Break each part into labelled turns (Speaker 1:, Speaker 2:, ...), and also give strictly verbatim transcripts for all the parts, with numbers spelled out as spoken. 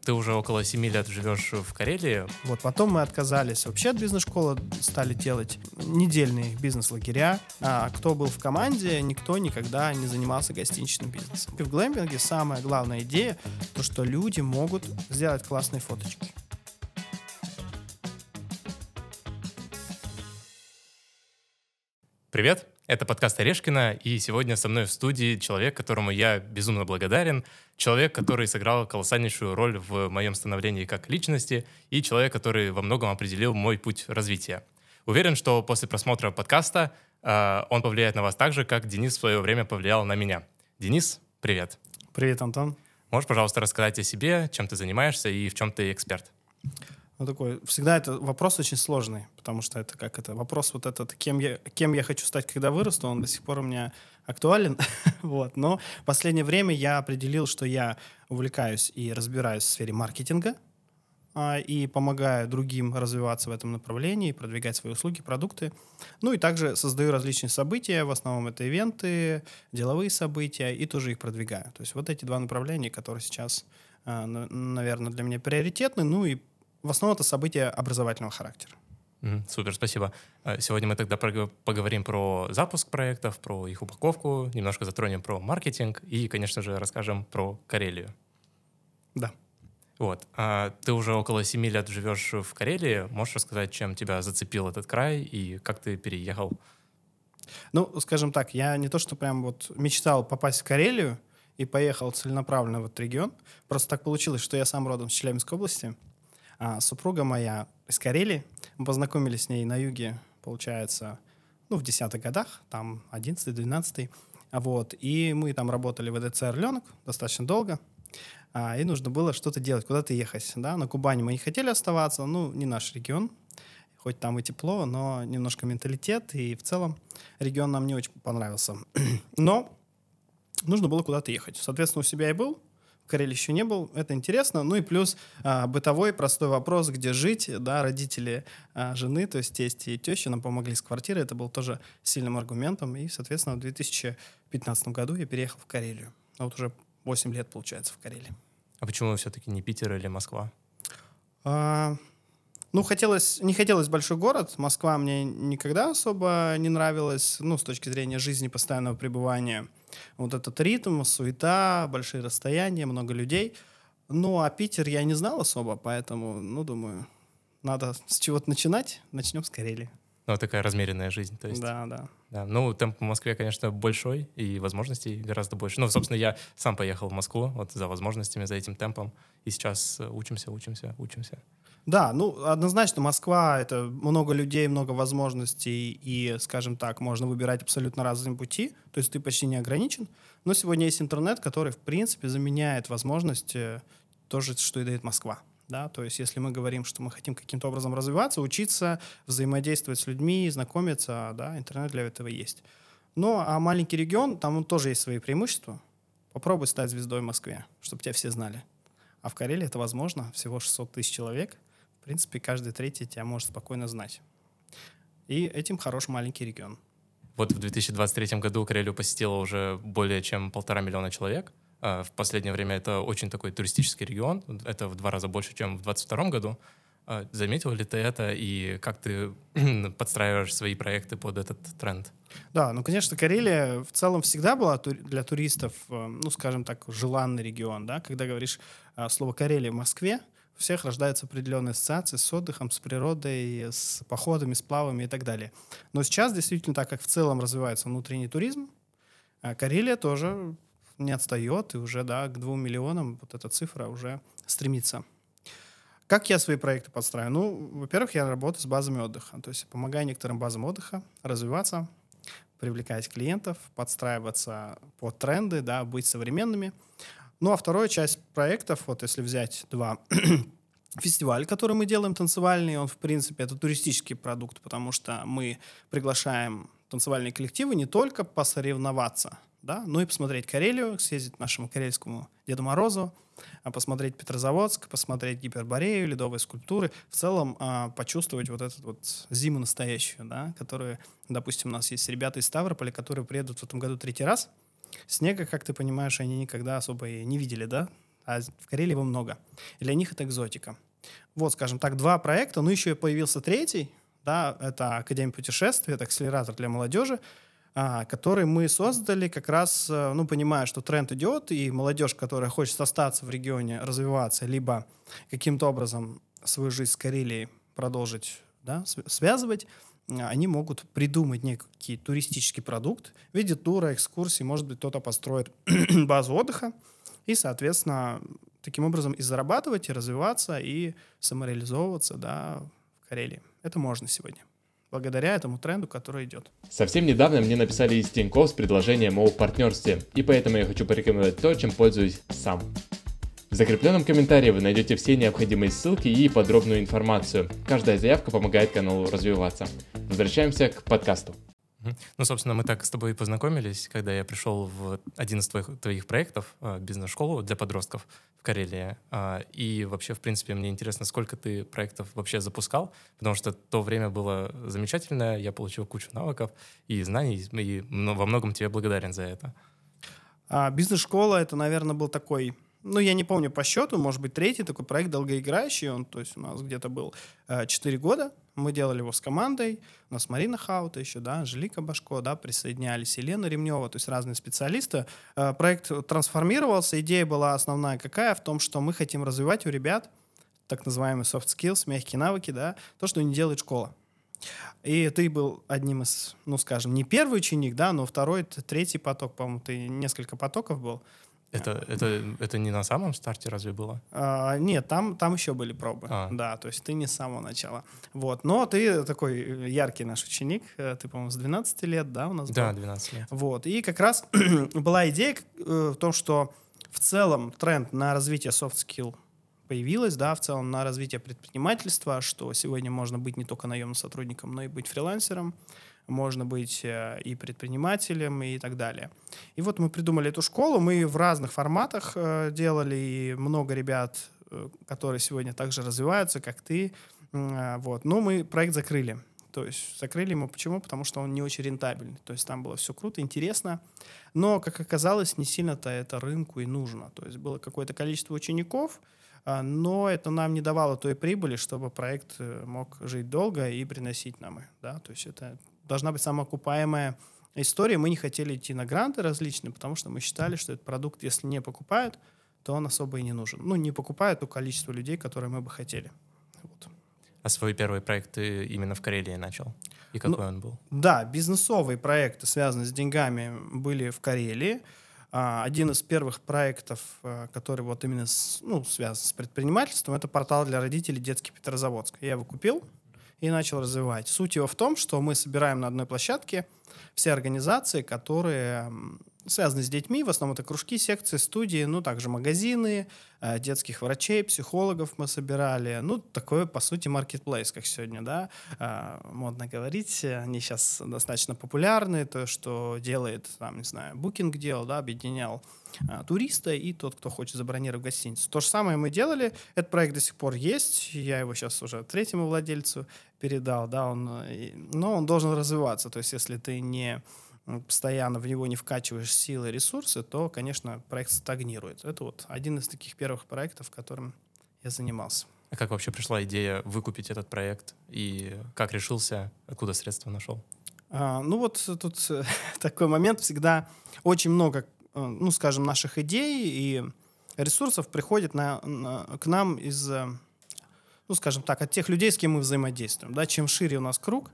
Speaker 1: ты уже около семи лет живешь в Карелии.
Speaker 2: Вот потом мы отказались вообще от бизнес-школы, стали делать недельные бизнес-лагеря. А кто был в команде, никто никогда не занимался гостиничным бизнесом. И в глэмпинге самая главная идея, то, что люди могут сделать классные фоточки.
Speaker 1: Привет, это подкаст Орешкина, и сегодня со мной в студии человек, которому я безумно благодарен, человек, который сыграл колоссальнейшую роль в моем становлении как личности, и человек, который во многом определил мой путь развития. Уверен, что после просмотра подкаста э, он повлияет на вас так же, как Денис в свое время повлиял на меня. Денис, привет.
Speaker 2: Привет, Антон.
Speaker 1: Можешь, пожалуйста, рассказать о себе, чем ты занимаешься и в чем ты эксперт?
Speaker 2: Ну, такой, всегда это вопрос очень сложный, потому что это как это вопрос вот этот, кем я, кем я хочу стать, когда вырасту, он до сих пор у меня актуален. Вот. Но в последнее время я определил, что я увлекаюсь и разбираюсь в сфере маркетинга а, и помогаю другим развиваться в этом направлении, продвигать свои услуги, продукты. Ну и также создаю различные события, в основном это ивенты, деловые события, и тоже их продвигаю. То есть вот эти два направления, которые сейчас, а, на, наверное, для меня приоритетны. Ну и в основном это события образовательного характера.
Speaker 1: Mm, супер, спасибо. Сегодня мы тогда поговорим про запуск проектов, про их упаковку, немножко затронем про маркетинг и, конечно же, расскажем про Карелию.
Speaker 2: Да.
Speaker 1: Вот. А ты уже около семи лет живешь в Карелии. Можешь рассказать, чем тебя зацепил этот край и как ты переехал?
Speaker 2: Ну, скажем так, я не то, что прям вот мечтал попасть в Карелию и поехал целенаправленно в этот регион. Просто так получилось, что я сам родом с Челябинской области. А супруга моя из Карелии. Мы познакомились с ней на юге, получается, ну, в десятых годах, там, одиннадцатый, двенадцатый. Вот. И мы там работали в ВДЦ «Орленок» достаточно долго. А, и нужно было что-то делать, куда-то ехать. Да? На Кубани мы не хотели оставаться, ну, не наш регион. Хоть там и тепло, но немножко менталитет. И в целом регион нам не очень понравился. Но нужно было куда-то ехать. Соответственно, у себя и был. В Карелии еще не был, это интересно. Ну и плюс а, бытовой простой вопрос, где жить, да, родители а, жены, то есть тесть и теща нам помогли с квартирой, это был тоже сильным аргументом, и, соответственно, в две тысячи пятнадцатом году я переехал в Карелию. А вот уже восемь лет, получается, в Карелии.
Speaker 1: А почему все-таки не Питер или Москва?
Speaker 2: А, ну, хотелось, не хотелось большой город, Москва мне никогда особо не нравилась, ну, с точки зрения жизни, постоянного пребывания. Вот этот ритм, суета, большие расстояния, много людей. Ну, а Питер я не знал особо, поэтому, ну, думаю, надо с чего-то начинать. Начнем с Карелии.
Speaker 1: Ну, такая размеренная жизнь, то есть.
Speaker 2: Да, да.
Speaker 1: Да. Ну, темп в Москве, конечно, большой, и возможностей гораздо больше. Ну, собственно, я сам поехал в Москву вот за возможностями, за этим темпом, и сейчас учимся, учимся, учимся.
Speaker 2: Да, ну, однозначно, Москва — это много людей, много возможностей, и, скажем так, можно выбирать абсолютно разные пути, то есть ты почти не ограничен, но сегодня есть интернет, который, в принципе, заменяет возможности тоже, что и дает Москва. Да? То есть если мы говорим, что мы хотим каким-то образом развиваться, учиться, взаимодействовать с людьми, знакомиться, да, интернет для этого есть. Ну, а маленький регион, там тоже есть свои преимущества. Попробуй стать звездой в Москве, чтобы тебя все знали. А в Карелии это возможно, всего шестьсот тысяч человек. В принципе, каждый третий тебя может спокойно знать. И этим хорош маленький регион.
Speaker 1: Вот в две тысячи двадцать третьем году Карелию посетило уже более чем полтора миллиона человек. В последнее время это очень такой туристический регион. Это в два раза больше, чем в двадцать втором году. Заметил ли ты это и как ты подстраиваешь свои проекты под этот тренд?
Speaker 2: Да, ну, конечно, Карелия в целом всегда была для туристов, ну, скажем так, желанный регион. Да? Когда говоришь слово «Карелия» в Москве, у всех рождаются определенные ассоциации с отдыхом, с природой, с походами, с плавами и так далее. Но сейчас действительно, так как в целом развивается внутренний туризм, Карелия тоже не отстает, и уже, да, к двум миллионам вот эта цифра уже стремится. Как я свои проекты подстраиваю? Ну, во-первых, я работаю с базами отдыха, то есть помогаю некоторым базам отдыха развиваться, привлекать клиентов, подстраиваться под тренды, да, быть современными. Ну, а вторая часть проектов, вот если взять два фестиваля, который мы делаем, танцевальный, он, в принципе, это туристический продукт, потому что мы приглашаем танцевальные коллективы не только посоревноваться, да, но и посмотреть Карелию, съездить к нашему карельскому Деду Морозу, посмотреть Петрозаводск, посмотреть Гиперборею, ледовые скульптуры, в целом а, почувствовать вот эту вот зиму настоящую, да, которую, допустим, у нас есть ребята из Ставрополя, которые приедут в этом году третий раз. Снега, как ты понимаешь, они никогда особо и не видели, да, а в Карелии его много. И для них это экзотика. Вот, скажем так, два проекта, ну еще и появился третий, да, это Академия путешествий, это акселератор для молодежи, а, который мы создали как раз, ну, понимая, что тренд идет, и молодежь, которая хочет остаться в регионе, развиваться, либо каким-то образом свою жизнь с Карелией продолжить, да, связывать, они могут придумать некий туристический продукт в виде тура, экскурсии, может быть, кто-то построит базу отдыха, и, соответственно, таким образом и зарабатывать, и развиваться, и самореализовываться, да, в Карелии. Это можно сегодня, благодаря этому тренду, который идет.
Speaker 3: Совсем недавно мне написали из Тинькофф с предложением о партнерстве, и поэтому я хочу порекомендовать то, чем пользуюсь сам. В закрепленном комментарии вы найдете все необходимые ссылки и подробную информацию. Каждая заявка помогает каналу развиваться. Возвращаемся к подкасту.
Speaker 1: Ну, собственно, мы так с тобой и познакомились, когда я пришел в один из твоих, твоих проектов, бизнес-школу для подростков в Карелии. И вообще, в принципе, мне интересно, сколько ты проектов вообще запускал, потому что то время было замечательное, я получил кучу навыков и знаний, и во многом тебе благодарен за это.
Speaker 2: А, бизнес-школа — это, наверное, был такой... Ну, я не помню по счету, может быть, третий такой проект долгоиграющий. Он, то есть у нас где-то был э, четыре года. Мы делали его с командой. У нас Марина Хаута еще, да, Анжелика Башко, да, присоединялись, Елена Ремнева, то есть разные специалисты. Э, проект трансформировался. Идея была основная какая? В том, что мы хотим развивать у ребят так называемые soft skills, мягкие навыки, да, то, что не делает школа. И ты был одним из, ну, скажем, не первый ученик, да, но второй, третий поток, по-моему, ты несколько потоков был.
Speaker 1: Это, это, это не на самом старте разве было?
Speaker 2: А, нет, там, там еще были пробы. А. Да, то есть ты не с самого начала. Вот. Но ты такой яркий наш ученик. Ты, по-моему, с двенадцати лет, да, у нас
Speaker 1: Да,
Speaker 2: был?
Speaker 1: двенадцать лет.
Speaker 2: Вот. И как раз была идея в том, что в целом тренд на развитие soft skill появилась, да, в целом на развитие предпринимательства, что сегодня можно быть не только наемным сотрудником, но и быть фрилансером. Можно быть и предпринимателем, и так далее. И вот мы придумали эту школу, мы в разных форматах делали, и много ребят, которые сегодня также развиваются, как ты. Вот. Но мы проект закрыли. То есть закрыли мы почему? Потому что он не очень рентабельный. То есть там было все круто, интересно. Но, как оказалось, не сильно-то это рынку и нужно. То есть было какое-то количество учеников, но это нам не давало той прибыли, чтобы проект мог жить долго и приносить нам. Да? То есть это должна быть самоокупаемая история. Мы не хотели идти на гранты различные, потому что мы считали, что этот продукт, если не покупают, то он особо и не нужен. Ну, не покупают то количество людей, которые мы бы хотели. Вот.
Speaker 1: А свой первый проект ты именно в Карелии начал? И какой
Speaker 2: ну,
Speaker 1: он был?
Speaker 2: Да, бизнесовые проекты, связанные с деньгами, были в Карелии. Один из первых проектов, который вот именно с, ну, связан с предпринимательством, это портал для родителей «Детский Петрозаводск». Я его купил и начал развивать. Суть его в том, что мы собираем на одной площадке все организации, которые связаны с детьми, в основном это кружки, секции, студии, ну, также магазины, детских врачей, психологов мы собирали. Ну, такой, по сути, маркетплейс, как сегодня, да, модно говорить. Они сейчас достаточно популярны, то, что делает, там, не знаю, Booking делал, да, объединял туриста и тот, кто хочет забронировать гостиницу. То же самое мы делали. Этот проект до сих пор есть. Я его сейчас уже третьему владельцу передал, да, он, но он должен развиваться. То есть, если ты не постоянно в него не вкачиваешь силы и ресурсы, то, конечно, проект стагнирует. Это вот один из таких первых проектов, которым я занимался.
Speaker 1: А как вообще пришла идея выкупить этот проект? И как решился, откуда средства нашел?
Speaker 2: А, ну вот тут такой момент. Всегда очень много, ну, скажем, наших идей и ресурсов приходит на, на, к нам из, ну, скажем так, от тех людей, с кем мы взаимодействуем. Да? Чем шире у нас круг,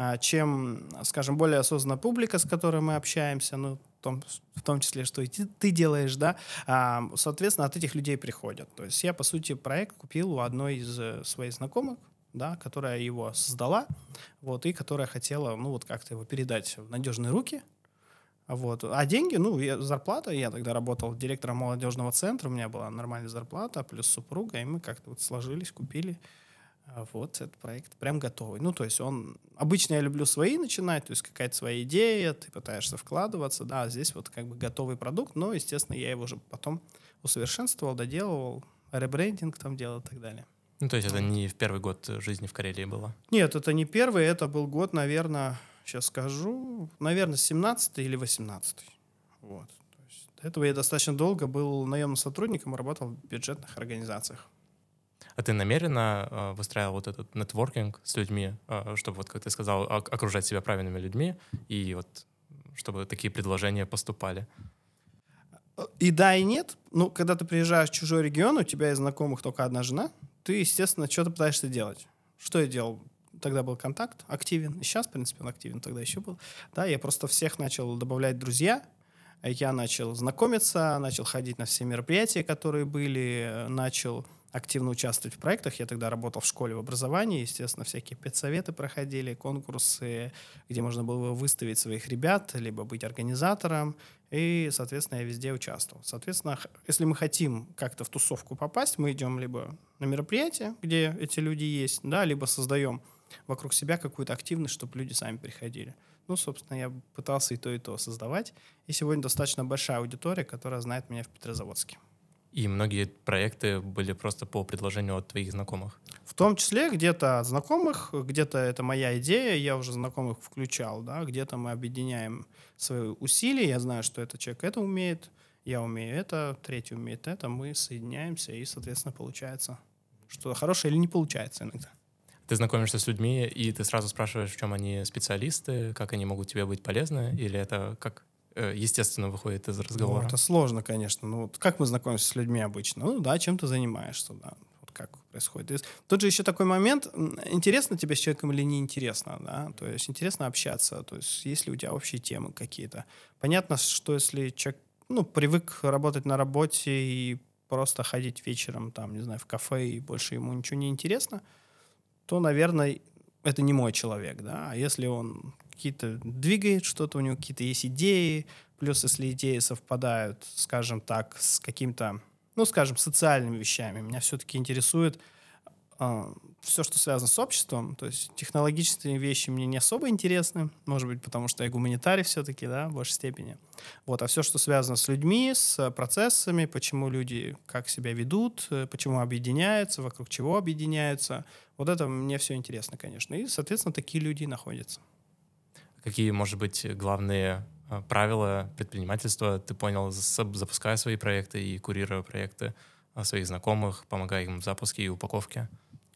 Speaker 2: чем, скажем, более осознанная публика, с которой мы общаемся, ну, в том, в том числе, что и ты, ты делаешь, да, а, соответственно, от этих людей приходят. То есть я, по сути, проект купил у одной из своих знакомых, да, которая его создала, вот, и которая хотела, ну, вот как-то его передать в надежные руки. Вот. А деньги, ну, я, зарплата, я тогда работал директором молодежного центра, у меня была нормальная зарплата, плюс супруга, и мы как-то вот сложились, купили. Вот этот проект прям готовый. Ну, то есть он... Обычно я люблю свои начинать, то есть какая-то своя идея, ты пытаешься вкладываться, да, а здесь вот как бы готовый продукт, но, естественно, я его уже потом усовершенствовал, доделывал, ребрендинг там делал и так далее.
Speaker 1: Ну, то есть это не в первый год жизни в Карелии было?
Speaker 2: Нет, это не первый, это был год, наверное, сейчас скажу, наверное, семнадцатый или восемнадцатый. Вот. То есть До этого я достаточно долго был наемным сотрудником и работал в бюджетных организациях.
Speaker 1: А ты намеренно э, выстраивал вот этот нетворкинг с людьми, э, чтобы, вот, как ты сказал, ок- окружать себя правильными людьми, и вот чтобы такие предложения поступали?
Speaker 2: И да, и нет. Ну, когда ты приезжаешь в чужой регион, у тебя из знакомых только одна жена, ты, естественно, что-то пытаешься делать. Что я делал? Тогда был контакт активен. И сейчас, в принципе, он активен, тогда еще был. Да, я просто всех начал добавлять в друзья. Я начал знакомиться, начал ходить на все мероприятия, которые были, начал активно участвовать в проектах. Я тогда работал в школе в образовании. Естественно, всякие педсоветы проходили, конкурсы, где можно было выставить своих ребят, либо быть организатором. И, соответственно, я везде участвовал. Соответственно, если мы хотим как-то в тусовку попасть, мы идем либо на мероприятие, где эти люди есть, да, либо создаем вокруг себя какую-то активность, чтобы люди сами приходили. Ну, собственно, я пытался и то, и то создавать. И сегодня достаточно большая аудитория, которая знает меня в Петрозаводске.
Speaker 1: И многие проекты были просто по предложению от твоих знакомых?
Speaker 2: В том числе где-то от знакомых, где-то это моя идея, я уже знакомых включал, да, где-то мы объединяем свои усилия, я знаю, что этот человек это умеет, я умею это, третий умеет это, мы соединяемся, и, соответственно, получается что хорошее или не получается иногда.
Speaker 1: Ты знакомишься с людьми, и ты сразу спрашиваешь, в чем они специалисты, как они могут тебе быть полезны, или это как э, естественно выходит из разговора?
Speaker 2: Ну, это сложно, конечно. Ну, вот как мы знакомимся с людьми обычно? Ну да, чем ты занимаешься, да. Вот как происходит. И тут же еще такой момент, интересно тебе с человеком или неинтересно, да, то есть интересно общаться, то есть есть ли у тебя общие темы какие-то. Понятно, что если человек, ну, привык работать на работе и просто ходить вечером, там, не знаю, в кафе, и больше ему ничего не интересно, то, наверное, это не мой человек, да. А если он какие-то двигает что-то, у него какие-то есть идеи, плюс если идеи совпадают, скажем так, с каким-то, ну, скажем, социальными вещами, меня все-таки интересует э, все, что связано с обществом, то есть технологические вещи мне не особо интересны, может быть, потому что я гуманитарий все-таки, да, в большей степени. Вот, а все, что связано с людьми, с процессами, почему люди как себя ведут, почему объединяются, вокруг чего объединяются, вот это мне все интересно, конечно. И, соответственно, такие люди и находятся.
Speaker 1: Какие, может быть, главные э, правила предпринимательства ты понял, запуская свои проекты и курируя проекты своих знакомых, помогая им в запуске и упаковке?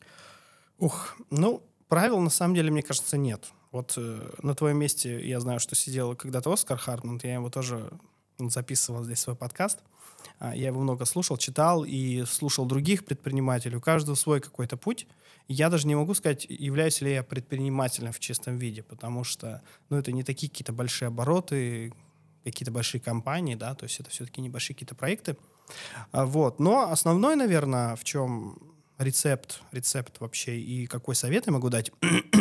Speaker 2: Ух, ну, правил на самом деле, мне кажется, нет. Вот э, на твоем месте я знаю, что сидел когда-то Оскар Хартман, я его тоже записывал здесь свой подкаст. Я его много слушал, читал и слушал других предпринимателей. У каждого свой какой-то путь. Я даже не могу сказать, являюсь ли я предпринимателем в чистом виде, потому что, ну, это не такие какие-то большие обороты, какие-то большие компании, да, то есть это все-таки небольшие какие-то проекты. Вот. Но основной, наверное, в чем рецепт, рецепт вообще и какой совет я могу дать,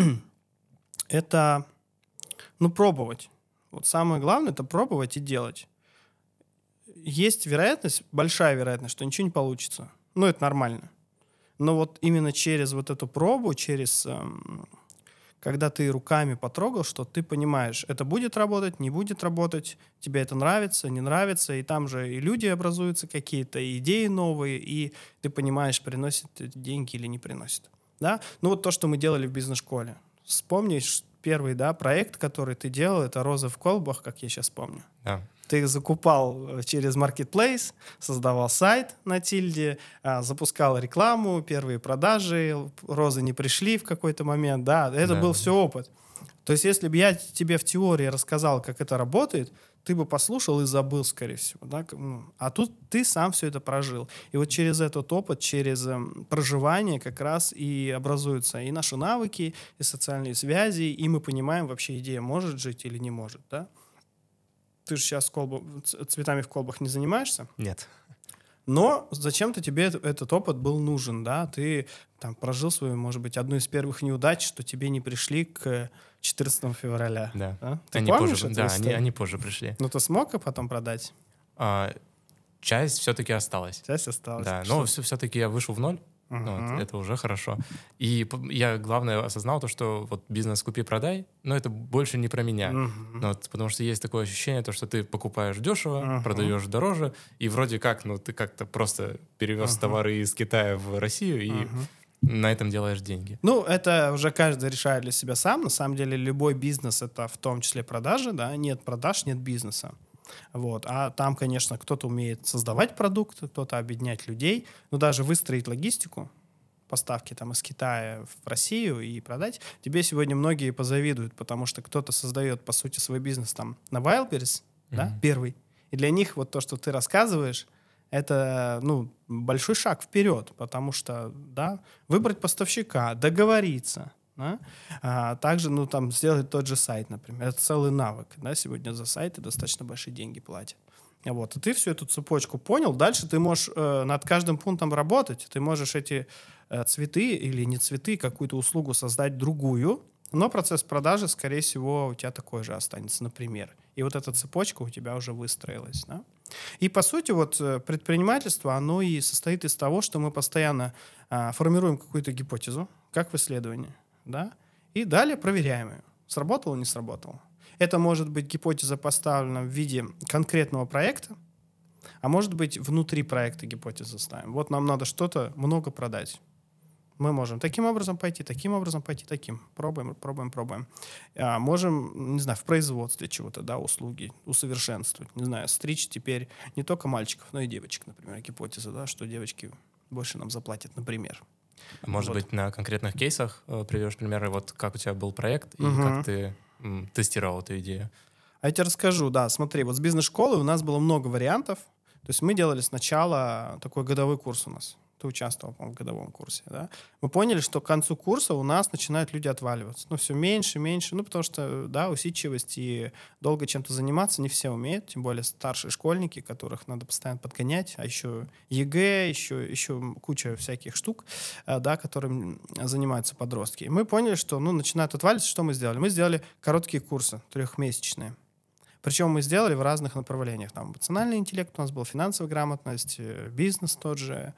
Speaker 2: это, ну, пробовать. Вот самое главное — это пробовать и делать. Есть вероятность, большая вероятность, что ничего не получится. Ну, это нормально. Но вот именно через вот эту пробу, через... Эм, когда ты руками потрогал, что ты понимаешь, это будет работать, не будет работать, тебе это нравится, не нравится, и там же и люди образуются какие-то, и идеи новые, и ты понимаешь, приносит это деньги или не приносит. Да? Ну, вот то, что мы делали в бизнес-школе. Вспомнишь первый, да, проект, который ты делал, это «Розы в колбах», как я сейчас помню.
Speaker 1: Да.
Speaker 2: Ты их закупал через Marketplace, создавал сайт на Тильде, запускал рекламу, первые продажи, розы не пришли в какой-то момент, да, это
Speaker 1: да.
Speaker 2: был все опыт. То есть если бы я тебе в теории рассказал, как это работает, ты бы послушал и забыл, скорее всего. Да? А тут ты сам все это прожил. И вот через этот опыт, через проживание как раз и образуются и наши навыки, и социальные связи, и мы понимаем, вообще идея может жить или не может, да? Ты же сейчас колбу, цветами в колбах не занимаешься.
Speaker 1: Нет.
Speaker 2: Но зачем-то тебе этот опыт был нужен, да? Ты там прожил свою, может быть, одну из первых неудач, что тебе не пришли к четырнадцатому февраля.
Speaker 1: Да.
Speaker 2: Да? Ты
Speaker 1: они
Speaker 2: помнишь
Speaker 1: позже,
Speaker 2: эту
Speaker 1: да,
Speaker 2: историю?
Speaker 1: они, они позже пришли.
Speaker 2: Но ты смог их потом продать?
Speaker 1: А, часть все-таки осталась.
Speaker 2: Часть осталась.
Speaker 1: Да,
Speaker 2: Что?
Speaker 1: но все, все-таки я вышел в ноль.
Speaker 2: Uh-huh.
Speaker 1: Ну, вот, это уже хорошо. И я, главное, осознал то, что вот бизнес «купи-продай», но это больше не про меня.
Speaker 2: Uh-huh.
Speaker 1: Ну, вот, потому что есть такое ощущение, то, что ты покупаешь дешево,
Speaker 2: Uh-huh.
Speaker 1: продаешь дороже, и вроде как, ну, ты как-то просто перевез uh-huh. товары из Китая в Россию, и uh-huh. на этом делаешь деньги.
Speaker 2: Ну, это уже каждый решает для себя сам. На самом деле любой бизнес — это в том числе продажи, да. Нет продаж, нет бизнеса. Вот. А там, конечно, кто-то умеет создавать продукт, кто-то объединять людей, но даже выстроить логистику, поставки там из Китая в Россию и продать, тебе сегодня многие позавидуют, потому что кто-то создает, по сути, свой бизнес там на Wildberries, mm-hmm. да, первый. И для них вот то, что ты рассказываешь, это, ну, большой шаг вперед, потому что, да, выбрать поставщика, договориться, да? А также, ну, там, сделать тот же сайт, например. Это целый навык, да, сегодня за сайты достаточно большие деньги платят. Вот, и ты всю эту цепочку понял, дальше ты можешь э, над каждым пунктом работать, ты можешь эти э, цветы или не цветы, какую-то услугу создать другую, но процесс продажи, скорее всего, у тебя такой же останется, например. И вот эта цепочка у тебя уже выстроилась, да? И, по сути, вот предпринимательство, оно и состоит из того, что мы постоянно э, формируем какую-то гипотезу, как в исследовании, да, и далее проверяем ее. Сработало, не сработало. Это может быть гипотеза поставлена в виде конкретного проекта, а может быть внутри проекта гипотезу ставим. Вот нам надо что-то много продать. Мы можем таким образом пойти, таким образом пойти, таким. Пробуем, пробуем, пробуем. А можем, не знаю, в производстве чего-то, да, услуги усовершенствовать. Не знаю, стричь теперь не только мальчиков, но и девочек, например, гипотеза, да, что девочки больше нам заплатят, например.
Speaker 1: Может вот. быть, на конкретных кейсах э, приведешь примеры, вот как у тебя был проект и угу. как ты м, тестировал эту идею?
Speaker 2: А я тебе расскажу, да, смотри, вот с бизнес-школы у нас было много вариантов. То есть мы делали сначала такой годовой курс у нас. Ты участвовал, по-моему, в годовом курсе, да? Мы поняли, что к концу курса у нас начинают люди отваливаться. Ну, все меньше, меньше. Ну, потому что, да, усидчивость и долго чем-то заниматься не все умеют, тем более старшие школьники, которых надо постоянно подгонять, а еще ЕГЭ, еще, еще куча всяких штук, да, которыми занимаются подростки. И мы поняли, что, ну, начинают отваливаться. Что мы сделали? Мы сделали короткие курсы, трехмесячные. Причем мы сделали в разных направлениях. Там эмоциональный интеллект у нас был, финансовая грамотность, бизнес тот же,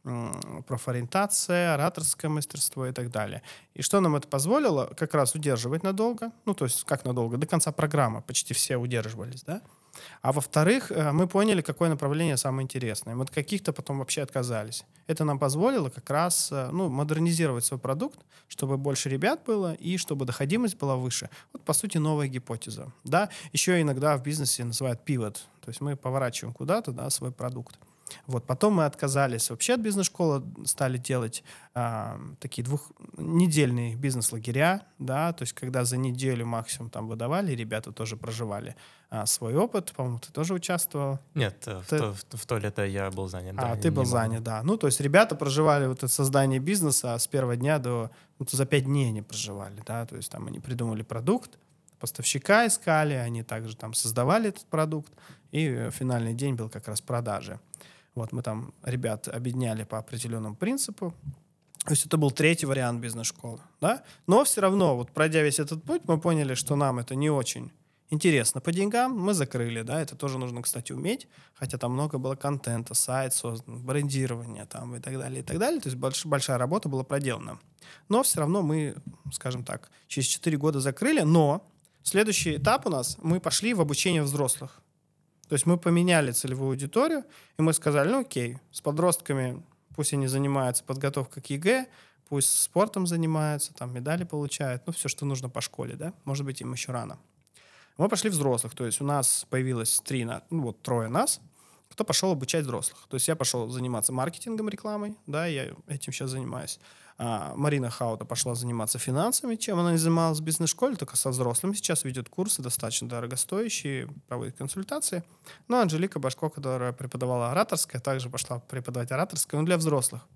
Speaker 2: профориентация, ораторское мастерство и так далее. И что нам это позволило? Как раз удерживать надолго. Ну, то есть как надолго? До конца программы почти все удерживались, да? А во-вторых, мы поняли, какое направление самое интересное. Мы от каких-то потом вообще отказались. Это нам позволило как раз, ну, модернизировать свой продукт, чтобы больше ребят было и чтобы доходимость была выше. Вот, по сути, новая гипотеза. Да? Еще иногда в бизнесе называют pivot. То есть мы поворачиваем куда-то, да, свой продукт. Вот. Потом мы отказались вообще от бизнес-школы, стали делать а, такие двухнедельные бизнес-лагеря, да, то есть когда за неделю максимум там выдавали, ребята тоже проживали а, свой опыт. По-моему, ты тоже участвовал?
Speaker 1: Нет,
Speaker 2: ты...
Speaker 1: в, то, в, в то лето я был занят.
Speaker 2: А,
Speaker 1: да,
Speaker 2: ты был
Speaker 1: не
Speaker 2: занят, да. Ну, то есть ребята проживали вот это создание бизнеса с первого дня до... Ну, за пять дней они проживали, да, то есть там они придумали продукт, поставщика искали, они также там создавали этот продукт, и финальный день был как раз продажи. Вот мы там ребят объединяли по определенному принципу. То есть это был третий вариант бизнес-школы. Да? Но все равно, вот пройдя весь этот путь, мы поняли, что нам это не очень интересно по деньгам. Мы закрыли, да, это тоже нужно, кстати, уметь. Хотя там много было контента, сайт создан, брендирование там и так далее, и так далее. То есть больш, большая работа была проделана. Но все равно мы, скажем так, через четыре года закрыли. Но следующий этап у нас, мы пошли в обучение взрослых. То есть мы поменяли целевую аудиторию, и мы сказали, ну окей, с подростками пусть они занимаются подготовкой к ЕГЭ, пусть спортом занимаются, там медали получают, ну все, что нужно по школе, да, может быть, им еще рано. Мы пошли взрослых, то есть у нас появилось три, ну вот трое нас, кто пошел обучать взрослых. То есть я пошел заниматься маркетингом, рекламой, да, я этим сейчас занимаюсь. А Марина Хаута пошла заниматься финансами, чем она не занималась в бизнес-школе, только со взрослыми. Сейчас ведет курсы достаточно дорогостоящие, проводит консультации. Ну, Анжелика Башко, которая преподавала ораторское, также пошла преподавать ораторское, но для взрослых.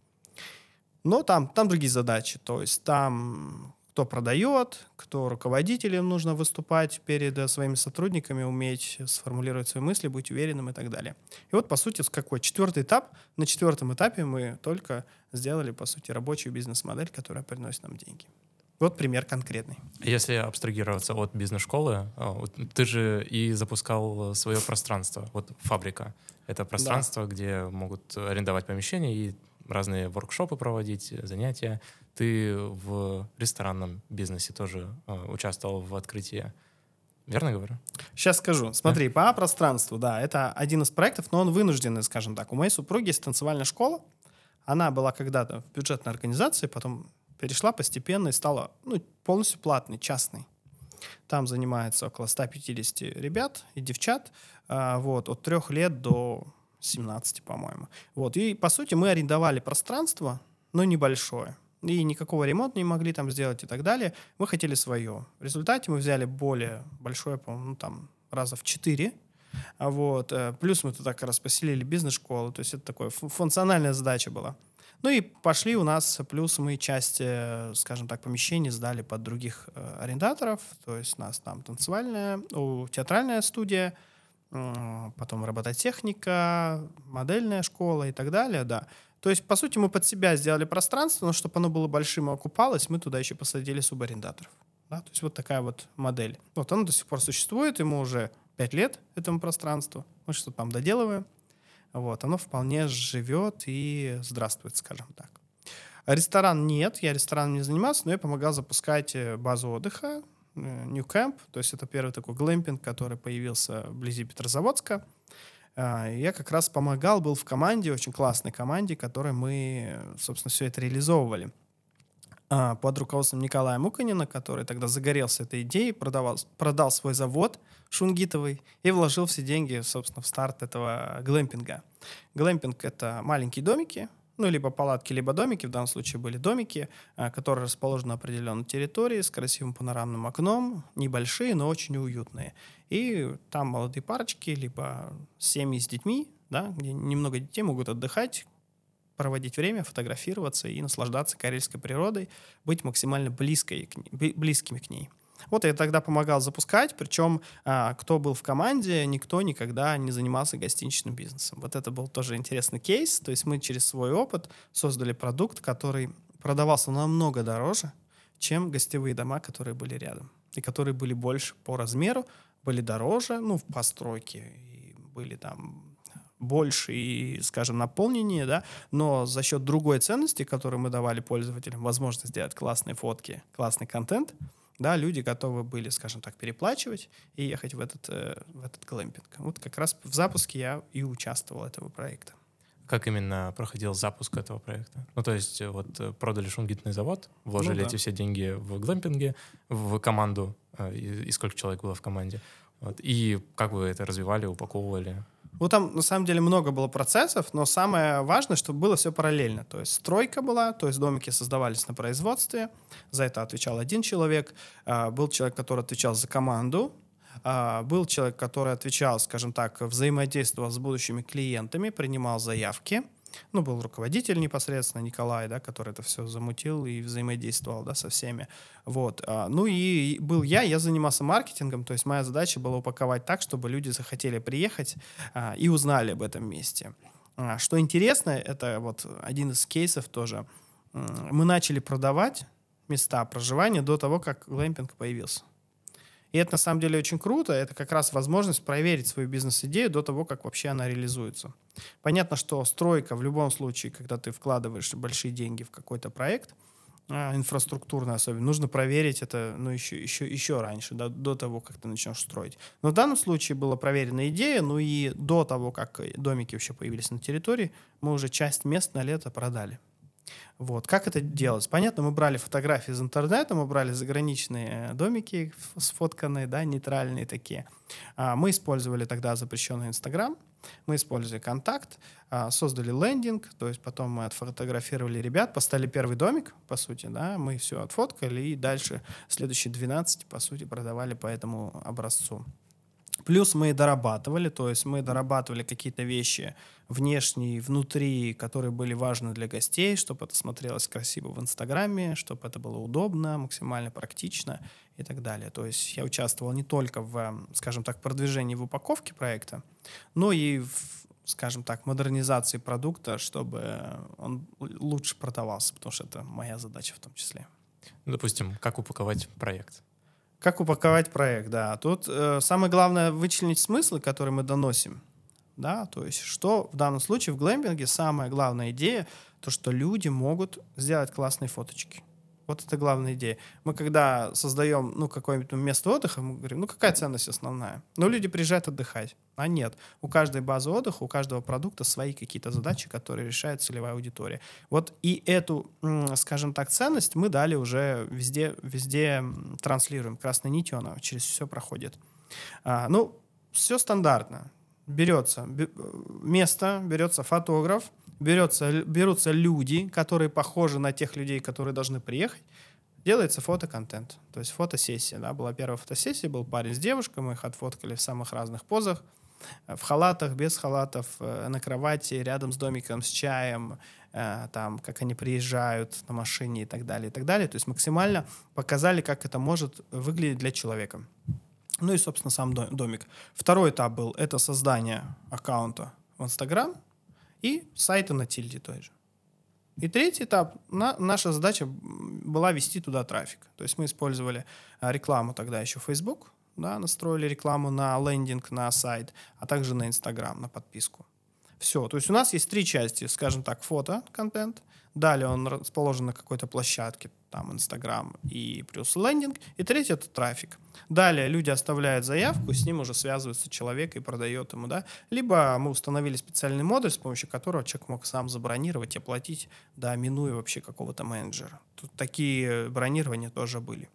Speaker 2: Но там, там другие задачи. То есть там кто продает, кто руководителем нужно выступать перед своими сотрудниками, уметь сформулировать свои мысли, быть уверенным и так далее. И вот, по сути, с какой? Четвертый этап. На четвертом этапе мы только сделали, по сути, рабочую бизнес-модель, которая приносит нам деньги. Вот пример конкретный.
Speaker 1: Если абстрагироваться от бизнес-школы, ты же и запускал свое пространство, вот фабрика. Это пространство, да, где могут арендовать помещения и разные воркшопы проводить, занятия. Ты в ресторанном бизнесе тоже э, участвовал в открытии. Верно говорю?
Speaker 2: Сейчас скажу. Смотри, да? По пространству, да, это один из проектов, но он вынужденный, скажем так. У моей супруги есть танцевальная школа. Она была когда-то в бюджетной организации, потом перешла постепенно и стала, ну, полностью платной, частной. Там занимается около ста пятидесяти ребят и девчат, а, вот, от трех лет до семнадцати, по-моему. Вот, и, по сути, мы арендовали пространство, но небольшое. И никакого ремонта не могли там сделать и так далее. Мы хотели свое. В результате мы взяли более большое, по-моему, ну, там, раза в четыре. А вот, э, плюс мы туда как раз поселили бизнес-школу. То есть это такая функциональная задача была. Ну и пошли у нас, плюс мы часть, э, скажем так, помещений сдали под других э, арендаторов. То есть у нас там танцевальная, о, театральная студия, э, потом робототехника, модельная школа и так далее, да. То есть, по сути, мы под себя сделали пространство, но чтобы оно было большим и окупалось, мы туда еще посадили субарендаторов. Да? То есть вот такая вот модель. Вот оно до сих пор существует, ему уже пять лет, этому пространству. Мы что-то там доделываем. Вот, оно вполне живет и здравствует, скажем так. Ресторан нет, я рестораном не занимался, но я помогал запускать базу отдыха, New Camp, то есть это первый такой глэмпинг, который появился вблизи Петрозаводска. Я как раз помогал, был в команде, очень классной команде, которой мы, собственно, все это реализовывали. Под руководством Николая Муканина, который тогда загорелся этой идеей, продавал, продал свой завод шунгитовый и вложил все деньги, собственно, в старт этого глэмпинга. Глэмпинг — это маленькие домики, ну, либо палатки, либо домики. В данном случае были домики, которые расположены на определенной территории с красивым панорамным окном, небольшие, но очень уютные. И там молодые парочки, либо семьи с детьми, да, где немного детей могут отдыхать, проводить время, фотографироваться и наслаждаться карельской природой, быть максимально близкой к ней, близкими к ней. Вот я тогда помогал запускать, причем а, кто был в команде, никто никогда не занимался гостиничным бизнесом. Вот это был тоже интересный кейс, то есть мы через свой опыт создали продукт, который продавался намного дороже, чем гостевые дома, которые были рядом, и которые были больше по размеру, были дороже, ну, в постройке, и были там больше и, скажем, наполненнее, да, но за счет другой ценности, которую мы давали пользователям, возможность сделать классные фотки, классный контент, да, люди готовы были, скажем так, переплачивать и ехать в этот, э, в этот глэмпинг. Вот как раз в запуске я и участвовал этого проекта.
Speaker 1: Как именно проходил запуск этого проекта? Ну, то есть вот продали шунгитный завод, вложили ну, да. эти все деньги в глэмпинге, в команду, и, и сколько человек было в команде. Вот, и как вы это развивали, упаковывали?
Speaker 2: Ну, там, на самом деле, много было процессов, но самое важное, чтобы было все параллельно. То есть стройка была, то есть домики создавались на производстве, за это отвечал один человек, а, был человек, который отвечал за команду, а, был человек, который отвечал, скажем так, взаимодействовал с будущими клиентами, принимал заявки. Ну, был руководитель непосредственно, Николай, да, который это все замутил и взаимодействовал, да, со всеми. Вот. Ну и был я, я занимался маркетингом, то есть моя задача была упаковать так, чтобы люди захотели приехать а, и узнали об этом месте. А, что интересно, это вот один из кейсов тоже. Мы начали продавать места проживания до того, как глэмпинг появился. И это на самом деле очень круто, это как раз возможность проверить свою бизнес-идею до того, как вообще она реализуется. Понятно, что стройка в любом случае, когда ты вкладываешь большие деньги в какой-то проект, инфраструктурный особенно, нужно проверить это ну, еще, еще, еще раньше, да, до того, как ты начнешь строить. Но в данном случае была проверена идея, ну и до того, как домики вообще появились на территории, мы уже часть мест на лето продали. Вот. Как это делалось? Понятно, мы брали фотографии из интернета, мы брали заграничные домики сфотканные, да, нейтральные такие. Мы использовали тогда запрещенный Инстаграм, мы использовали контакт, создали лендинг, то есть потом мы отфотографировали ребят, поставили первый домик, по сути, да, мы все отфоткали и дальше следующие двенадцать, по сути, продавали по этому образцу. Плюс мы дорабатывали, то есть мы дорабатывали какие-то вещи внешние, внутри, которые были важны для гостей, чтобы это смотрелось красиво в Инстаграме, чтобы это было удобно, максимально практично и так далее. То есть я участвовал не только в, скажем так, продвижении, в упаковке проекта, но и в, скажем так, модернизации продукта, чтобы он лучше продавался, потому что это моя задача в том числе.
Speaker 1: Допустим, как упаковать проект?
Speaker 2: Как упаковать проект, да. Тут э, самое главное вычленить смыслы, которые мы доносим. Да, то есть что в данном случае в глэмпинге самая главная идея, то что люди могут сделать классные фоточки. Вот это главная идея. Мы когда создаем, ну, какое-нибудь место отдыха, мы говорим, ну, какая ценность основная? Ну, люди приезжают отдыхать. А нет. У каждой базы отдыха, у каждого продукта свои какие-то задачи, которые решает целевая аудитория. Вот и эту, скажем так, ценность мы дали уже везде, везде транслируем. Красной нитью она через все проходит. А, ну, все стандартно. Берется место, берется фотограф, берется, берутся люди, которые похожи на тех людей, которые должны приехать, делается фотоконтент. То есть фотосессия. Да? Была первая фотосессия, был парень с девушкой, мы их отфоткали в самых разных позах, в халатах, без халатов, на кровати, рядом с домиком, с чаем, там, как они приезжают на машине и так далее, и так далее. То есть максимально показали, как это может выглядеть для человека. Ну и, собственно, сам домик. Второй этап был — это создание аккаунта в Инстаграм и сайта на Тильде той же. И третий этап, на, наша задача была вести туда трафик. То есть мы использовали рекламу тогда еще Facebook, да, настроили рекламу на лендинг, на сайт, а также на Инстаграм, на подписку. Все. То есть у нас есть три части, скажем так, фото-контент. Далее он расположен на какой-то площадке, там Инстаграм и плюс лендинг. И третий — это трафик. Далее люди оставляют заявку, с ним уже связывается человек и продает ему, да. Либо мы установили специальный модуль, с помощью которого человек мог сам забронировать и оплатить, да, минуя вообще какого-то менеджера. Тут такие бронирования тоже были.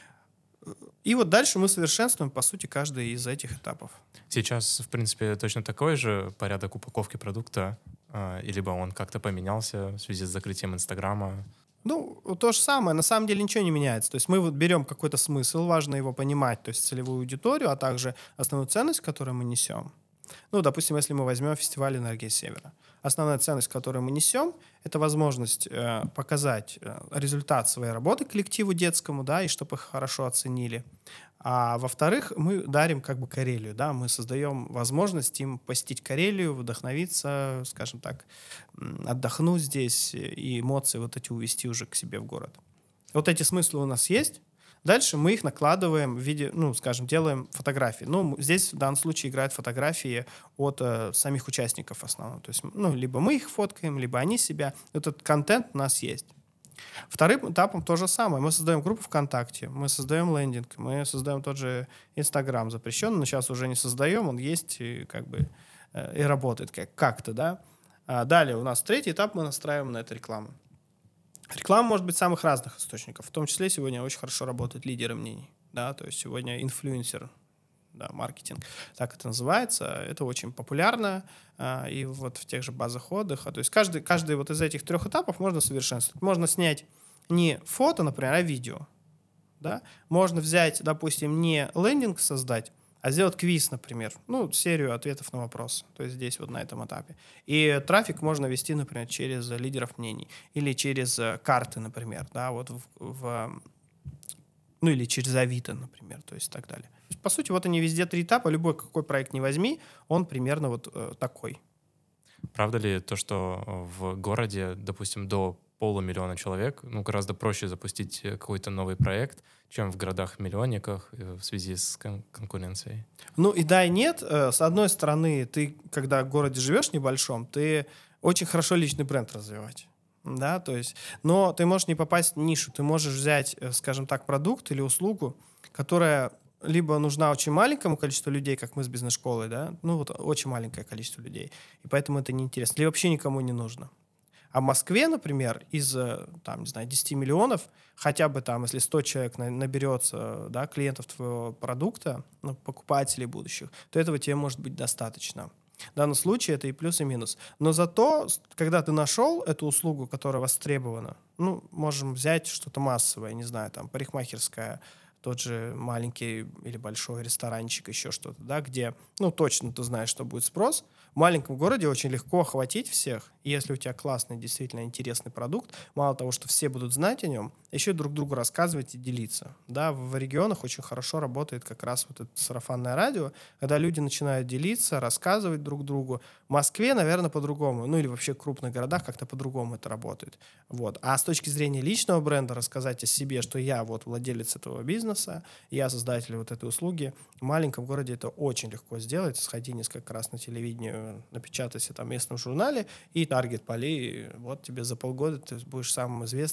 Speaker 2: И вот дальше мы совершенствуем, по сути, каждый из этих этапов.
Speaker 1: Сейчас, в принципе, точно такой же порядок упаковки продукта, э, и либо он как-то поменялся в связи с закрытием Инстаграма?
Speaker 2: Ну, то же самое. На самом деле ничего не меняется. То есть мы вот берем какой-то смысл, важно его понимать, то есть целевую аудиторию, а также основную ценность, которую мы несем. Ну, допустим, если мы возьмем фестиваль «Энергия Севера». Основная ценность, которую мы несем, это возможность э, показать э, результат своей работы коллективу детскому, да, и чтобы их хорошо оценили. А во-вторых, мы дарим как бы Карелию, да, мы создаем возможность им посетить Карелию, вдохновиться, скажем так, отдохнуть здесь и эмоции вот эти увезти уже к себе в город. Вот эти смыслы у нас есть. Дальше мы их накладываем в виде, ну, скажем, делаем фотографии. Ну, здесь в данном случае играют фотографии от э, самих участников в основном. То есть, ну, либо мы их фоткаем, либо они себя. Этот контент у нас есть. Вторым этапом то же самое. Мы создаем группу ВКонтакте, мы создаем лендинг, мы создаем тот же Инстаграм запрещенный, но сейчас уже не создаем, он есть и как бы э, и работает как- как-то, да. А далее у нас третий этап, мы настраиваем на это рекламу. Реклама может быть самых разных источников. В том числе сегодня очень хорошо работают лидеры мнений. Да? То есть сегодня инфлюенсер, да, маркетинг, так это называется. Это очень популярно. А, и вот в тех же базах отдыха. То есть каждый, каждый вот из этих трех этапов можно совершенствовать. Можно снять не фото, например, а видео. Да? Можно взять, допустим, не лендинг создать, а сделать квиз, например, ну, серию ответов на вопросы, то есть здесь вот на этом этапе. И трафик можно вести, например, через лидеров мнений или через карты, например, да, вот в, в, ну, или через Авито, например, то есть и так далее. То есть, по сути, вот они везде три этапа, любой какой проект не возьми, он примерно вот э, такой.
Speaker 1: Правда ли то, что в городе, допустим, до полумиллиона человек, ну, гораздо проще запустить какой-то новый проект, чем в городах-миллионниках в связи с кон- конкуренцией?
Speaker 2: Ну и да, и нет. С одной стороны, ты, когда в городе живешь небольшом, ты очень хорошо личный бренд развивать. Да, то есть, но ты можешь не попасть в нишу. Ты можешь взять, скажем так, продукт или услугу, которая либо нужна очень маленькому количеству людей, как мы с бизнес-школой, да, ну вот очень маленькое количество людей, и поэтому это неинтересно, или вообще никому не нужно. А в Москве, например, из, там, не знаю, десяти миллионов, хотя бы там, если сто человек наберется, да, клиентов твоего продукта, ну, покупателей будущих, то этого тебе может быть достаточно. В данном случае это и плюс, и минус. Но зато, когда ты нашел эту услугу, которая востребована, ну, можем взять что-то массовое, не знаю, там, парикмахерская, тот же маленький или большой ресторанчик, еще что-то, да, где, ну, точно ты знаешь, что будет спрос. В маленьком городе очень легко охватить всех. И если у тебя классный, действительно интересный продукт, мало того, что все будут знать о нем, еще и друг другу рассказывать и делиться. Да, в регионах очень хорошо работает как раз вот это сарафанное радио, когда люди начинают делиться, рассказывать друг другу. В Москве, наверное, по-другому. Ну, или вообще в крупных городах как-то по-другому это работает. Вот. А с точки зрения личного бренда рассказать о себе, что я вот владелец этого бизнеса, я создатель вот этой услуги, в маленьком городе это очень легко сделать. Сходи несколько раз на телевидение, напечатайся там в местном журнале, и таргет поли, вот тебе за полгода ты будешь самым известным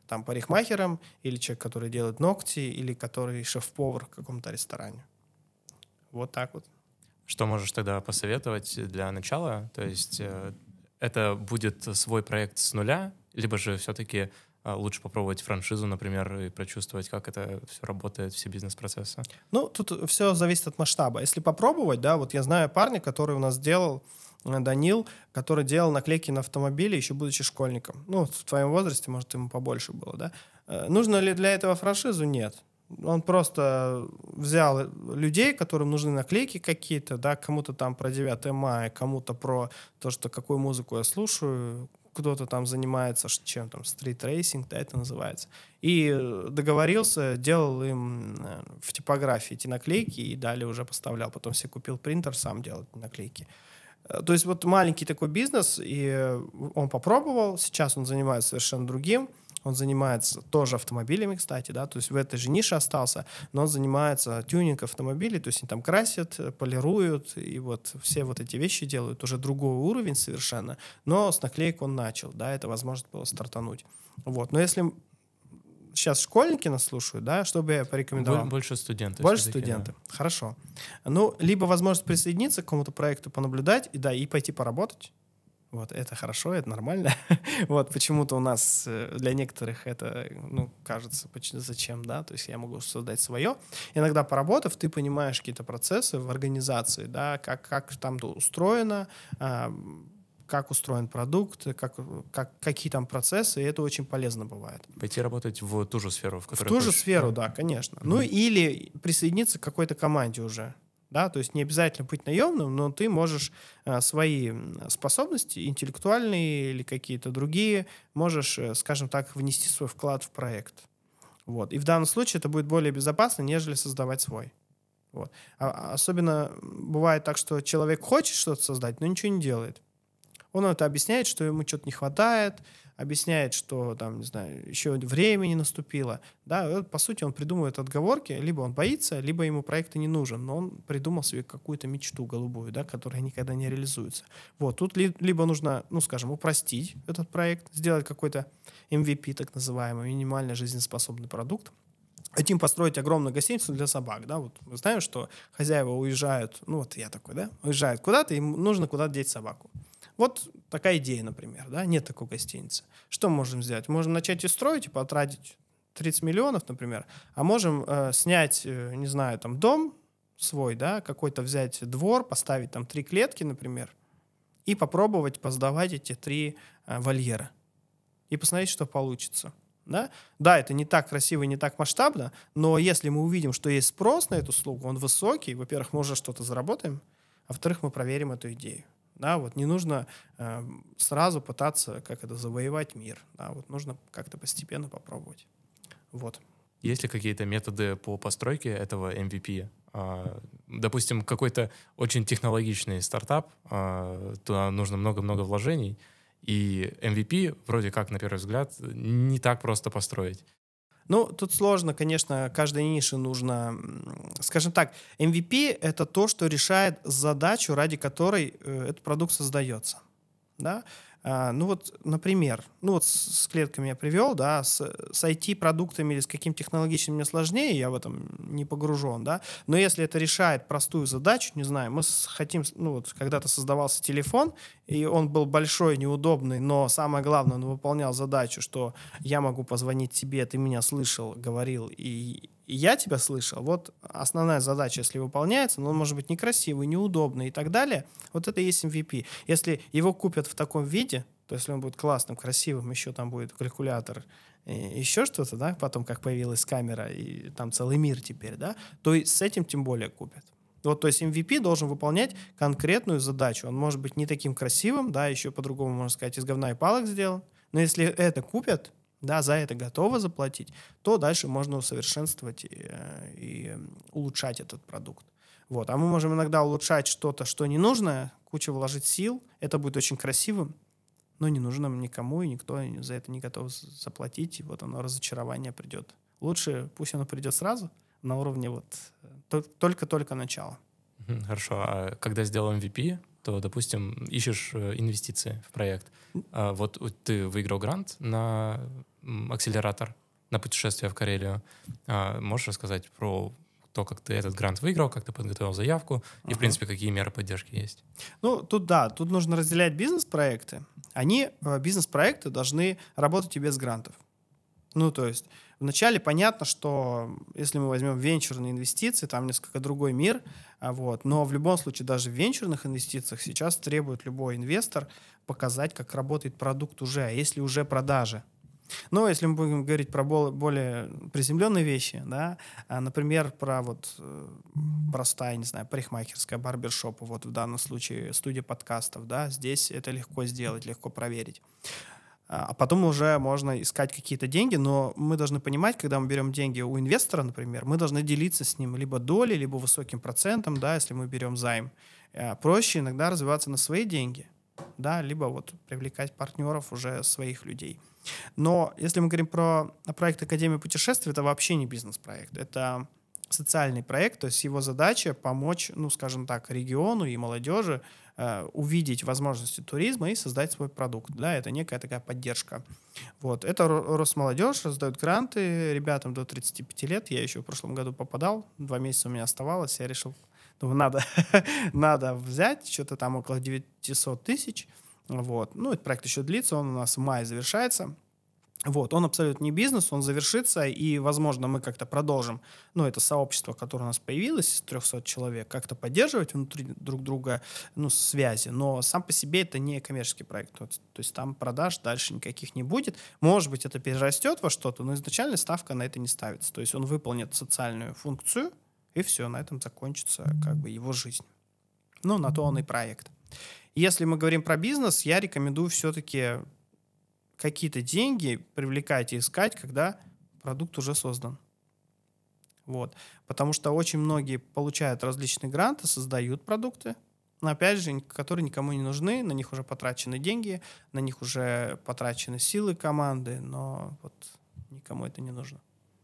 Speaker 2: там парикмахером, или человек, который делает ногти, или который шеф-повар в каком-то ресторане. Вот так вот.
Speaker 1: Что можешь тогда посоветовать для начала? То есть э, это будет свой проект с нуля, либо же все-таки э, лучше попробовать франшизу, например, и прочувствовать, как это все работает, все бизнес-процессы?
Speaker 2: Ну, тут все зависит от масштаба. Если попробовать, да, вот я знаю парня, который у нас делал, э, Данил, который делал наклейки на автомобили, еще будучи школьником. Ну, в твоем возрасте, может, ему побольше было, да. Э, нужно ли для этого франшизу? Нет. Он просто взял людей, которым нужны наклейки какие-то, да, кому-то там про девятое мая, кому-то про то, что какую музыку я слушаю, кто-то там занимается чем там, стрит-рейсинг, да, это называется. И договорился, делал им в типографии эти наклейки и далее уже поставлял. Потом себе купил принтер, сам делал наклейки. То есть вот маленький такой бизнес, и он попробовал, сейчас он занимается совершенно другим. Он занимается тоже автомобилями, кстати, да, то есть в этой же нише остался, но он занимается тюнингом автомобилей, то есть они там красят, полируют, и вот все вот эти вещи делают, уже другой уровень совершенно, но с наклеек он начал, да, это возможность было стартануть. Вот, но если сейчас школьники нас слушают, да, что бы я порекомендовал?
Speaker 1: Больше студентов.
Speaker 2: Больше студентов, да. Хорошо. Ну, либо возможность присоединиться к какому-то проекту, понаблюдать, и да, и пойти поработать. Вот, это хорошо, это нормально. Вот, почему-то у нас для некоторых это, ну, кажется, зачем, да, то есть я могу создать свое. Иногда поработав, ты понимаешь какие-то процессы в организации, да, как, как там устроено, как устроен продукт, как, как, какие там процессы, и это очень полезно бывает.
Speaker 1: Пойти работать в ту же сферу, в которой
Speaker 2: В ту
Speaker 1: хочешь.
Speaker 2: же сферу, да, конечно. Mm-hmm. Ну, или присоединиться к какой-то команде уже. Да, то есть не обязательно быть наемным, но ты можешь а, свои способности, интеллектуальные или какие-то другие, можешь, скажем так, внести свой вклад в проект. Вот. И в данном случае это будет более безопасно, нежели создавать свой. Вот. А, особенно бывает так, что человек хочет что-то создать, но ничего не делает. Он это объясняет, что ему что-то не хватает, объясняет, что там, не знаю, еще время не наступило. Да, по сути, он придумывает отговорки, либо он боится, либо ему проект и не нужен, но он придумал себе какую-то мечту голубую, да, которая никогда не реализуется. Вот, тут ли, либо нужно, ну, скажем, упростить этот проект, сделать какой-то эм ви пи, так называемый, минимально жизнеспособный продукт. Хотим построить огромную гостиницу для собак, да, вот мы знаем, что хозяева уезжают, ну, вот я такой, да, уезжают куда-то, им нужно куда-то деть собаку. Вот такая идея, например, да, нет такой гостиницы. Что мы можем сделать? Можем начать ее строить и потратить тридцать миллионов, например, а можем э, снять, э, не знаю, там дом свой, да, какой-то взять двор, поставить там три клетки, например, и попробовать посдавать эти три э, вольера и посмотреть, что получится. Да? Да, это не так красиво и не так масштабно, но если мы увидим, что есть спрос на эту услугу, он высокий, во-первых, мы уже что-то заработаем, а во-вторых, мы проверим эту идею. Да, вот не нужно э, сразу пытаться как это завоевать мир. Да, вот нужно как-то постепенно попробовать. Вот.
Speaker 1: Есть ли какие-то методы по постройке этого эм ви пи? А, допустим, какой-то очень технологичный стартап, а, туда нужно много-много вложений, и эм ви пи вроде как, на первый взгляд, не так просто построить.
Speaker 2: Ну, тут сложно, конечно, каждой нише нужно, скажем так, эм ви пи — это то, что решает задачу, ради которой э, этот продукт создается, да. А, ну вот, например, ну вот с, с клетками я привел, да, с, с ай ти-продуктами или с каким технологичным мне сложнее, я в этом не погружен, да, но если это решает простую задачу, не знаю, мы хотим, ну вот когда-то создавался телефон, и он был большой, неудобный, но самое главное, он выполнял задачу, что я могу позвонить тебе, ты меня слышал, говорил, и, и я тебя слышал. Вот основная задача, если выполняется, но он может быть некрасивый, неудобный и так далее, вот это и есть эм ви пи. Если его купят в таком виде, то есть он будет классным, красивым, еще там будет калькулятор, еще что-то, да, потом как появилась камера, и там целый мир теперь, да, то и с этим тем более купят. Вот, то есть эм ви пи должен выполнять конкретную задачу. Он может быть не таким красивым, да, еще по-другому, можно сказать, из говна и палок сделан. Но если это купят, да, за это готовы заплатить, то дальше можно усовершенствовать и, и улучшать этот продукт. Вот. А мы можем иногда улучшать что-то, что не нужно, кучу вложить сил, это будет очень красивым, но не нужно никому, и никто за это не готов заплатить, и вот оно, разочарование придет. Лучше пусть оно придет сразу, на уровне вот только-только начала.
Speaker 1: Хорошо. А когда сделал эм ви пи, то, допустим, ищешь инвестиции в проект. А вот ты выиграл грант на м, акселератор на путешествие в Карелию. А, можешь рассказать про то, как ты этот грант выиграл, как ты подготовил заявку и, в
Speaker 2: Ага.
Speaker 1: принципе, какие меры поддержки есть?
Speaker 2: Ну, тут да, тут нужно разделять бизнес-проекты. Они, э, бизнес-проекты должны работать и без грантов. Ну, то есть вначале понятно, что если мы возьмем венчурные инвестиции, там несколько другой мир, а вот, но в любом случае даже в венчурных инвестициях сейчас требует любой инвестор показать, как работает продукт уже, а если уже продажи. Но если мы будем говорить про бол- более приземленные вещи, да, а, например, про вот э, простая, не знаю, парикмахерская, барбершоп, вот в данном случае студия подкастов, да, здесь это легко сделать, легко проверить. А потом уже можно искать какие-то деньги, но мы должны понимать, когда мы берем деньги у инвестора, например, мы должны делиться с ним либо долей, либо высоким процентом, да, если мы берем займ. Э, Проще иногда развиваться на свои деньги, да, либо вот привлекать партнеров уже своих людей. Но если мы говорим про проект Академии путешествий, это вообще не бизнес-проект, это социальный проект, то есть его задача помочь, ну, скажем так, региону и молодежи э, увидеть возможности туризма и создать свой продукт. Да, это некая такая поддержка. Вот. Это Ро- Росмолодежь раздает гранты ребятам до тридцати пяти лет. Я еще в прошлом году попадал, два месяца у меня оставалось, я решил, думаю, надо, надо взять, что-то там около девятьсот тысяч. Вот. Ну, этот проект еще длится, он у нас в мае завершается. Вот, он абсолютно не бизнес, он завершится, и, возможно, мы как-то продолжим, ну, это сообщество, которое у нас появилось, из трехсот человек, как-то поддерживать внутри друг друга, ну, связи, но сам по себе это не коммерческий проект, то, то есть там продаж дальше никаких не будет. Может быть, это перерастет во что-то, но изначально ставка на это не ставится, то есть он выполнит социальную функцию, и все, на этом закончится как бы его жизнь. Ну, на то он и проект. Если мы говорим про бизнес, я рекомендую все-таки какие-то деньги привлекать и искать, когда продукт уже создан. Вот. Потому что очень многие получают различные гранты, создают продукты, но, опять же, которые никому не нужны, на них уже потрачены деньги, на них уже потрачены силы команды, но вот никому это не нужно.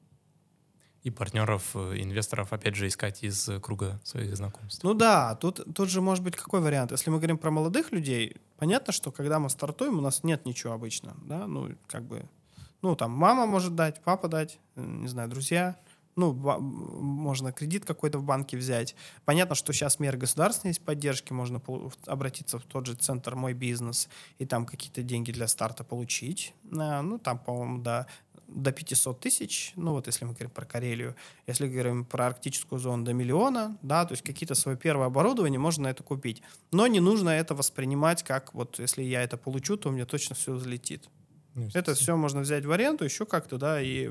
Speaker 1: И партнеров, э, инвесторов, опять же, искать из э, круга своих знакомств.
Speaker 2: Ну да, тут, тут же может быть какой вариант. Если мы говорим про молодых людей, понятно, что когда мы стартуем, у нас нет ничего обычно, да, ну, как бы, ну, там, мама может дать, папа дать, э, не знаю, друзья, ну, ба- можно кредит какой-то в банке взять. Понятно, что сейчас меры государственной есть поддержки, можно полу- обратиться в тот же центр «Мой бизнес» и там какие-то деньги для старта получить. А, ну, там, по-моему, до, до пятисот тысяч, ну, вот если мы говорим про Карелию. Если говорим про арктическую зону, до миллиона, да, то есть какие-то свое первое оборудование можно на это купить. Но не нужно это воспринимать как вот, если я это получу, то у меня точно все взлетит.
Speaker 1: Ну,
Speaker 2: Это все можно взять в аренду, еще как-то, да, и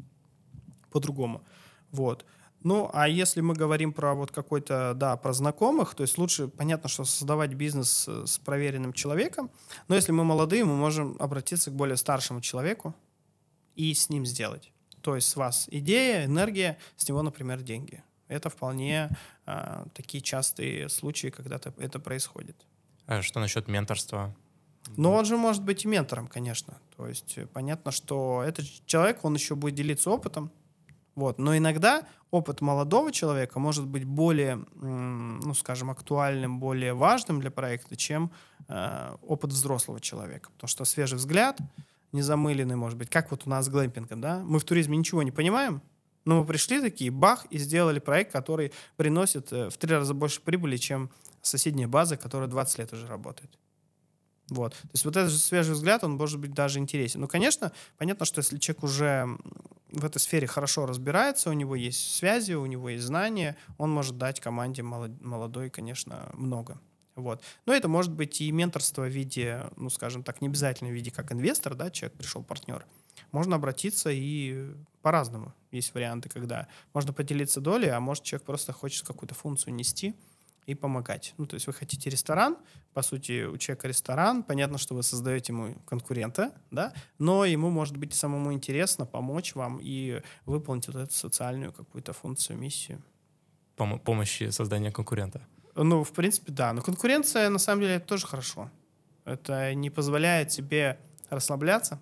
Speaker 2: по-другому. Вот. Ну, а если мы говорим про вот какой-то, да, про знакомых, то есть лучше, понятно, что создавать бизнес э, с проверенным человеком, но если мы молодые, мы можем обратиться к более старшему человеку и с ним сделать. То есть с вас идея, энергия, с него, например, деньги. Это вполне э, такие частые случаи, когда это происходит.
Speaker 1: А что насчет менторства?
Speaker 2: Но он же может быть и ментором, конечно. То есть э, понятно, что этот человек, он еще будет делиться опытом. Вот. Но иногда опыт молодого человека может быть более, м, ну, скажем, актуальным, более важным для проекта, чем э, опыт взрослого человека. Потому что свежий взгляд, незамыленный, может быть, как вот у нас с глэмпингом, да? Мы в туризме ничего не понимаем, но мы пришли такие, бах, и сделали проект, который приносит э, в три раза больше прибыли, чем соседняя база, которая двадцать лет уже работает. Вот. То есть вот этот же свежий взгляд, он может быть даже интересен. Ну, конечно, понятно, что если человек уже в этой сфере хорошо разбирается, у него есть связи, у него есть знания, он может дать команде молодой, конечно, много. Вот. Но это может быть и менторство в виде, ну, скажем так, не обязательно в виде как инвестор, да, человек пришел, партнер. Можно обратиться и по-разному. Есть варианты, когда можно поделиться долей, а может человек просто хочет какую-то функцию нести и помогать. Ну, то есть вы хотите ресторан, по сути, у человека ресторан, понятно, что вы создаете ему конкурента, да, но ему, может быть, самому интересно помочь вам и выполнить вот эту социальную какую-то функцию, миссию.
Speaker 1: Пом- помощи создания конкурента.
Speaker 2: Ну, в принципе, да. Но конкуренция, на самом деле, это тоже хорошо. Это не позволяет тебе расслабляться,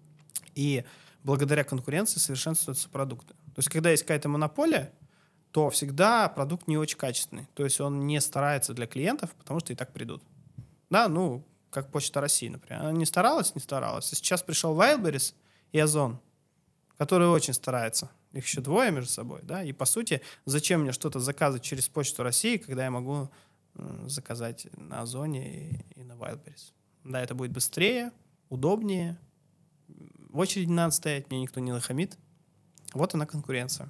Speaker 2: и благодаря конкуренции совершенствуются продукты. То есть, когда есть какая-то монополия, то всегда продукт не очень качественный. То есть он не старается для клиентов, потому что и так придут. Да, ну, как Почта России, например. Она не старалась, не старалась. И сейчас пришел Wildberries, и Озон, которые очень стараются. Их еще двое между собой, да, и по сути, зачем мне что-то заказывать через Почту России, когда я могу э, заказать на Озоне и, и на Wildberries. Да, это будет быстрее, удобнее, в очереди не надо стоять, мне никто не нахамит. Вот она конкуренция.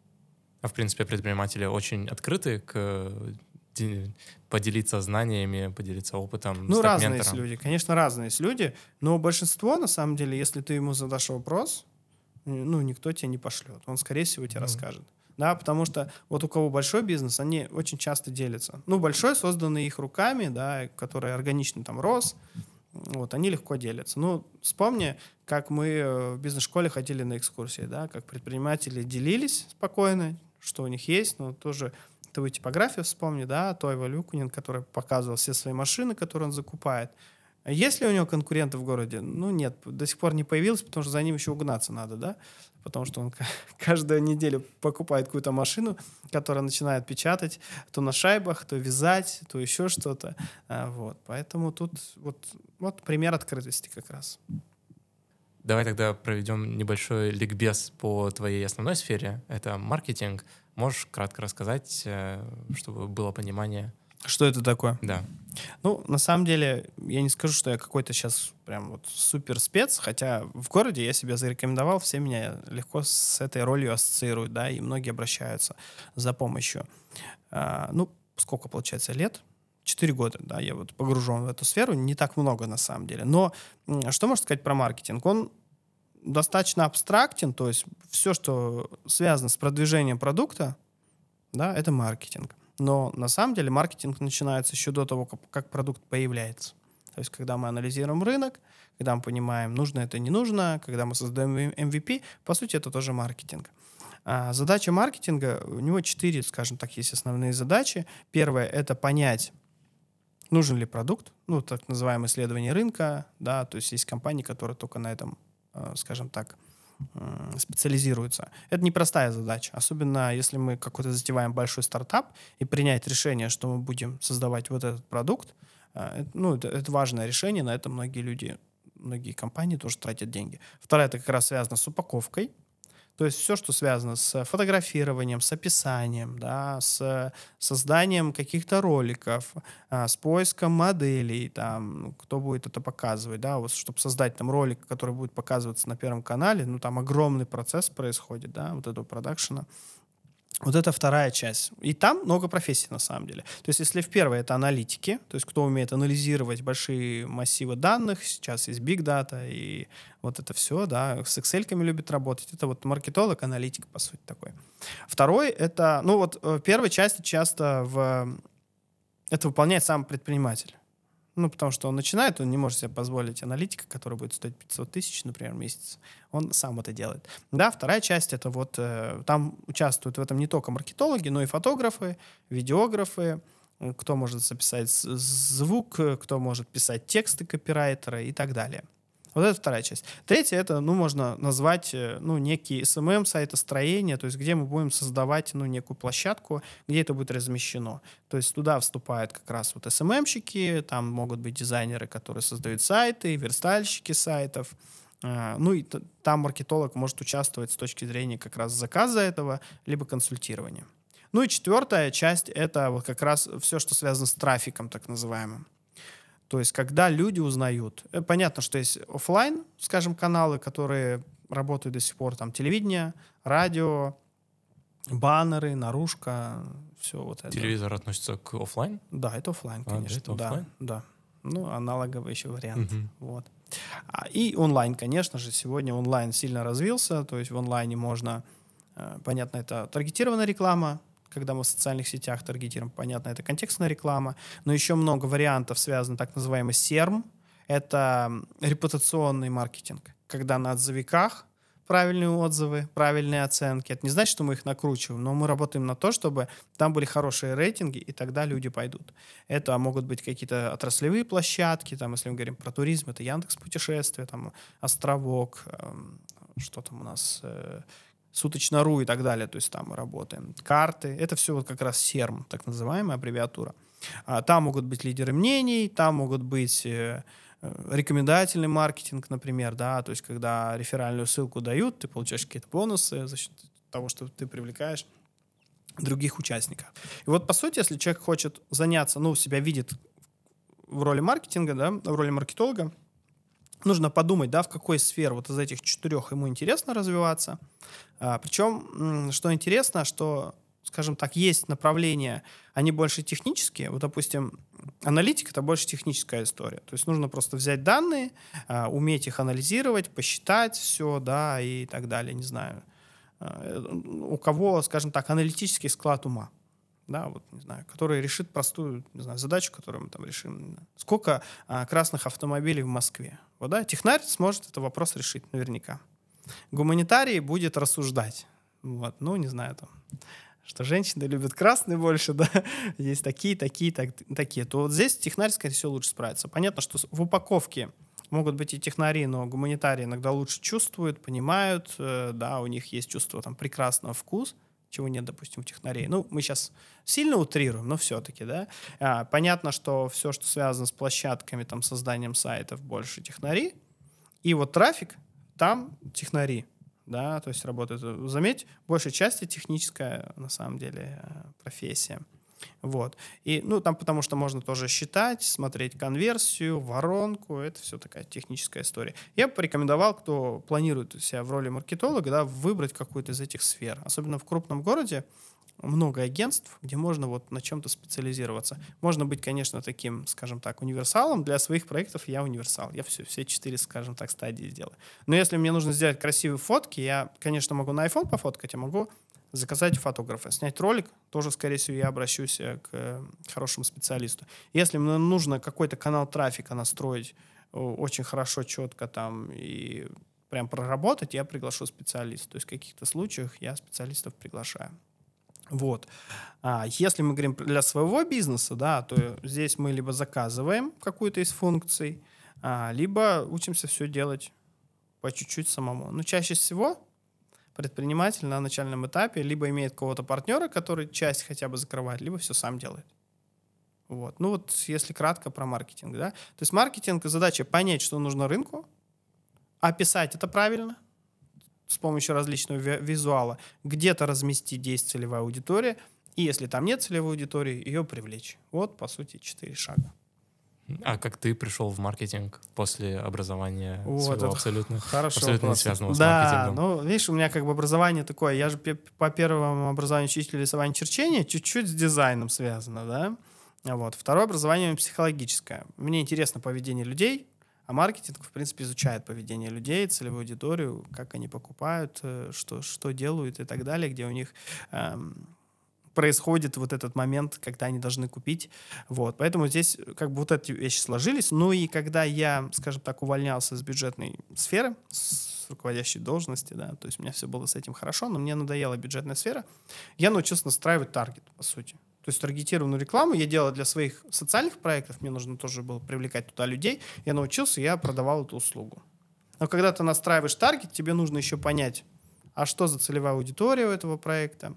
Speaker 1: А в принципе предприниматели очень открыты к де- поделиться знаниями, поделиться опытом,
Speaker 2: Ну,
Speaker 1: стать
Speaker 2: разные
Speaker 1: ментором.
Speaker 2: есть люди, конечно, разные есть люди, но большинство, на самом деле, если ты ему задашь вопрос, ну, никто тебе не пошлет. Он, скорее всего, тебе
Speaker 1: Ну.
Speaker 2: расскажет. Да, потому что вот у кого большой бизнес, они очень часто делятся. Ну, большой, созданный их руками, да, который органично там рос, вот, они легко делятся. Ну, вспомни, как мы в бизнес-школе ходили на экскурсии, да, как предприниматели делились спокойно, что у них есть, но тоже твою типографию вспомни, да, Тойва Люкунин, который показывал все свои машины, которые он закупает. А есть ли у него конкуренты в городе? Ну, нет, до сих пор не появилось, потому что за ним еще угнаться надо, да, потому что он каждую неделю покупает какую-то машину, которая начинает печатать то на шайбах, то вязать, то еще что-то, а, вот, поэтому тут вот, вот пример открытости как раз.
Speaker 1: Давай тогда проведем небольшой ликбез по твоей основной сфере. Это маркетинг. Можешь кратко рассказать, э, чтобы было понимание?
Speaker 2: Что это такое?
Speaker 1: Да.
Speaker 2: Ну, на самом деле, я не скажу, что я какой-то сейчас прям вот супер спец, хотя в городе я себя зарекомендовал, все меня легко с этой ролью ассоциируют, да, и многие обращаются за помощью. А, ну, сколько получается лет? Четыре года, да, я вот погружен в эту сферу, не так много на самом деле. Но м, что можно сказать про маркетинг? Он достаточно абстрактен, то есть все, что связано с продвижением продукта, да, это маркетинг. Но на самом деле маркетинг начинается еще до того, как, как продукт появляется. То есть когда мы анализируем рынок, когда мы понимаем, нужно это, не нужно, когда мы создаем эм ви пи, по сути, это тоже маркетинг. А задача маркетинга, у него четыре, скажем так, есть основные задачи. Первое — это понять, нужен ли продукт, ну, так называемое исследование рынка, да, то есть есть компании, которые только на этом, скажем так, специализируются. Это непростая задача, особенно если мы какой-то затеваем большой стартап, и принять решение, что мы будем создавать вот этот продукт, ну, это, это важное решение, на это многие люди, многие компании тоже тратят деньги. Второе — это как раз связано с упаковкой. То есть все, что связано с фотографированием, с описанием, да, с созданием каких-то роликов, а, с поиском моделей, там, кто будет это показывать, да, вот, чтобы создать там ролик, который будет показываться на Первом канале, ну, там огромный процесс происходит, да, вот этого продакшена. Вот это вторая часть. И там много профессий на самом деле. То есть если в первой это аналитики, то есть кто умеет анализировать большие массивы данных, сейчас есть Big Data и вот это все, да, с Excel-ками любит работать. Это вот маркетолог, аналитик, по сути, такой. Второй — это, ну вот в первой части часто в... это выполняет сам предприниматель. Ну, потому что он начинает, он не может себе позволить аналитика, который будет стоить пятьсот тысяч, например, в месяц. Он сам это делает. Да, вторая часть — это вот... Э, там участвуют в этом не только маркетологи, но и фотографы, видеографы, кто может записать звук, кто может писать тексты копирайтера и так далее. Вот это вторая часть. Третья — это, ну, можно назвать, ну, некий эс эм эм, сайтостроение, то есть где мы будем создавать, ну, некую площадку, где это будет размещено. То есть туда вступают как раз вот эс эм эм-щики, там могут быть дизайнеры, которые создают сайты, верстальщики сайтов. Ну, и там маркетолог может участвовать с точки зрения как раз заказа этого, либо консультирования. Ну и четвертая часть — это вот как раз все, что связано с трафиком, так называемым. То есть, когда люди узнают, понятно, что есть офлайн, скажем, каналы, которые работают до сих пор, там, телевидение, радио, баннеры, наружка, все вот это.
Speaker 1: Телевизор относится к офлайн?
Speaker 2: Да, это офлайн,
Speaker 1: А,
Speaker 2: конечно.
Speaker 1: это офлайн?
Speaker 2: Да, да. Ну, аналоговый еще вариант.
Speaker 1: Мгм.
Speaker 2: Вот. А, и онлайн, конечно же, сегодня онлайн сильно развился, то есть в онлайне можно, э, понятно, это таргетированная реклама, когда мы в социальных сетях таргетируем, понятно, это контекстная реклама, но еще много вариантов связано так называемый серм, это репутационный маркетинг, когда на отзывиках правильные отзывы, правильные оценки. Это не значит, что мы их накручиваем, но мы работаем на то, чтобы там были хорошие рейтинги, и тогда люди пойдут. Это могут быть какие-то отраслевые площадки, там, если мы говорим про туризм, это Яндекс.Путешествия, там, Островок, эм, что там у нас... Э, Суточно.ру и так далее, то есть там мы работаем. Карты, это все вот как раз серм, так называемая аббревиатура. А, там могут быть лидеры мнений, там могут быть э, рекомендательный маркетинг, например, да, то есть когда реферальную ссылку дают, ты получаешь какие-то бонусы за счет того, что ты привлекаешь других участников. И вот, по сути, если человек хочет заняться, ну, себя видит в роли маркетинга, да, в роли маркетолога, нужно подумать, да, в какой сфере вот из этих четырех ему интересно развиваться. А, причем, что интересно, что, скажем так, есть направления, они больше технические. Вот, допустим, аналитика — это больше техническая история. То есть нужно просто взять данные, а, уметь их анализировать, посчитать все, да, и так далее, не знаю. А, у кого, скажем так, аналитический склад ума, да, вот, не знаю, который решит простую, не знаю, задачу, которую мы там решим. Сколько а, красных автомобилей в Москве? Вот, да, технарь сможет этот вопрос решить наверняка. Гуманитарий будет рассуждать. Вот, ну, не знаю, там, что женщины любят красный больше, да, есть такие, такие, так, такие. То вот здесь технарь, скорее всего, лучше справится. Понятно, что в упаковке могут быть и технари, но гуманитарии иногда лучше чувствуют, понимают, э, да, у них есть чувство там прекрасного вкуса, чего нет, допустим, у технарей. Ну, мы сейчас сильно утрируем, но все-таки, да. А, понятно, что все, что связано с площадками, там, созданием сайтов, больше технари. И вот трафик, там технари, да, то есть работает. Заметь, большей части техническая, на самом деле, профессия. Вот. И, ну, там потому что можно тоже считать, смотреть конверсию, воронку, это все такая техническая история. Я бы порекомендовал, кто планирует себя в роли маркетолога, да, выбрать какую-то из этих сфер. Особенно в крупном городе много агентств, где можно вот на чем-то специализироваться. Можно быть, конечно, таким, скажем так, универсалом. Для своих проектов я универсал. Я все, все четыре, скажем так, стадии сделаю. Но если мне нужно сделать красивые фотки, я, конечно, могу на iPhone пофоткать, я могу заказать фотографа, снять ролик, тоже, скорее всего, я обращусь к хорошему специалисту. Если мне нужно какой-то канал трафика настроить очень хорошо, четко там и прям проработать, я приглашу специалиста. То есть в каких-то случаях я специалистов приглашаю. Вот. А если мы говорим для своего бизнеса, да, то здесь мы либо заказываем какую-то из функций, а, либо учимся все делать по чуть-чуть самому. Но чаще всего предприниматель на начальном этапе либо имеет кого-то партнера, который часть хотя бы закрывает, либо все сам делает. Вот. Ну вот если кратко про маркетинг, да. То есть маркетинг — задача понять, что нужно рынку, описать это правильно с помощью различного визуала, где-то разместить, где есть целевая аудитория, и если там нет целевой аудитории, ее привлечь. Вот, по сути, четыре шага.
Speaker 1: А как ты пришел в маркетинг после образования
Speaker 2: вот,
Speaker 1: своего абсолютно,
Speaker 2: абсолютно
Speaker 1: не связанного
Speaker 2: да,
Speaker 1: с маркетингом?
Speaker 2: Ну, видишь, у меня как бы образование такое. Я же по первому образованию учитель рисования черчения, чуть-чуть с дизайном связано, да. Вот. Второе образование психологическое. Мне интересно поведение людей, а маркетинг, в принципе, изучает поведение людей, целевую аудиторию, как они покупают, что, что делают и так далее, где у них эм, происходит вот этот момент, когда они должны купить. Вот. Поэтому здесь как бы вот эти вещи сложились. Ну и когда я, скажем так, увольнялся с бюджетной сферы, с руководящей должности, да, то есть у меня все было с этим хорошо, но мне надоела бюджетная сфера, я научился настраивать таргет, по сути. То есть таргетированную рекламу я делал для своих социальных проектов, мне нужно тоже было привлекать туда людей. Я научился, я продавал эту услугу. Но когда ты настраиваешь таргет, тебе нужно еще понять, а что за целевая аудитория у этого проекта,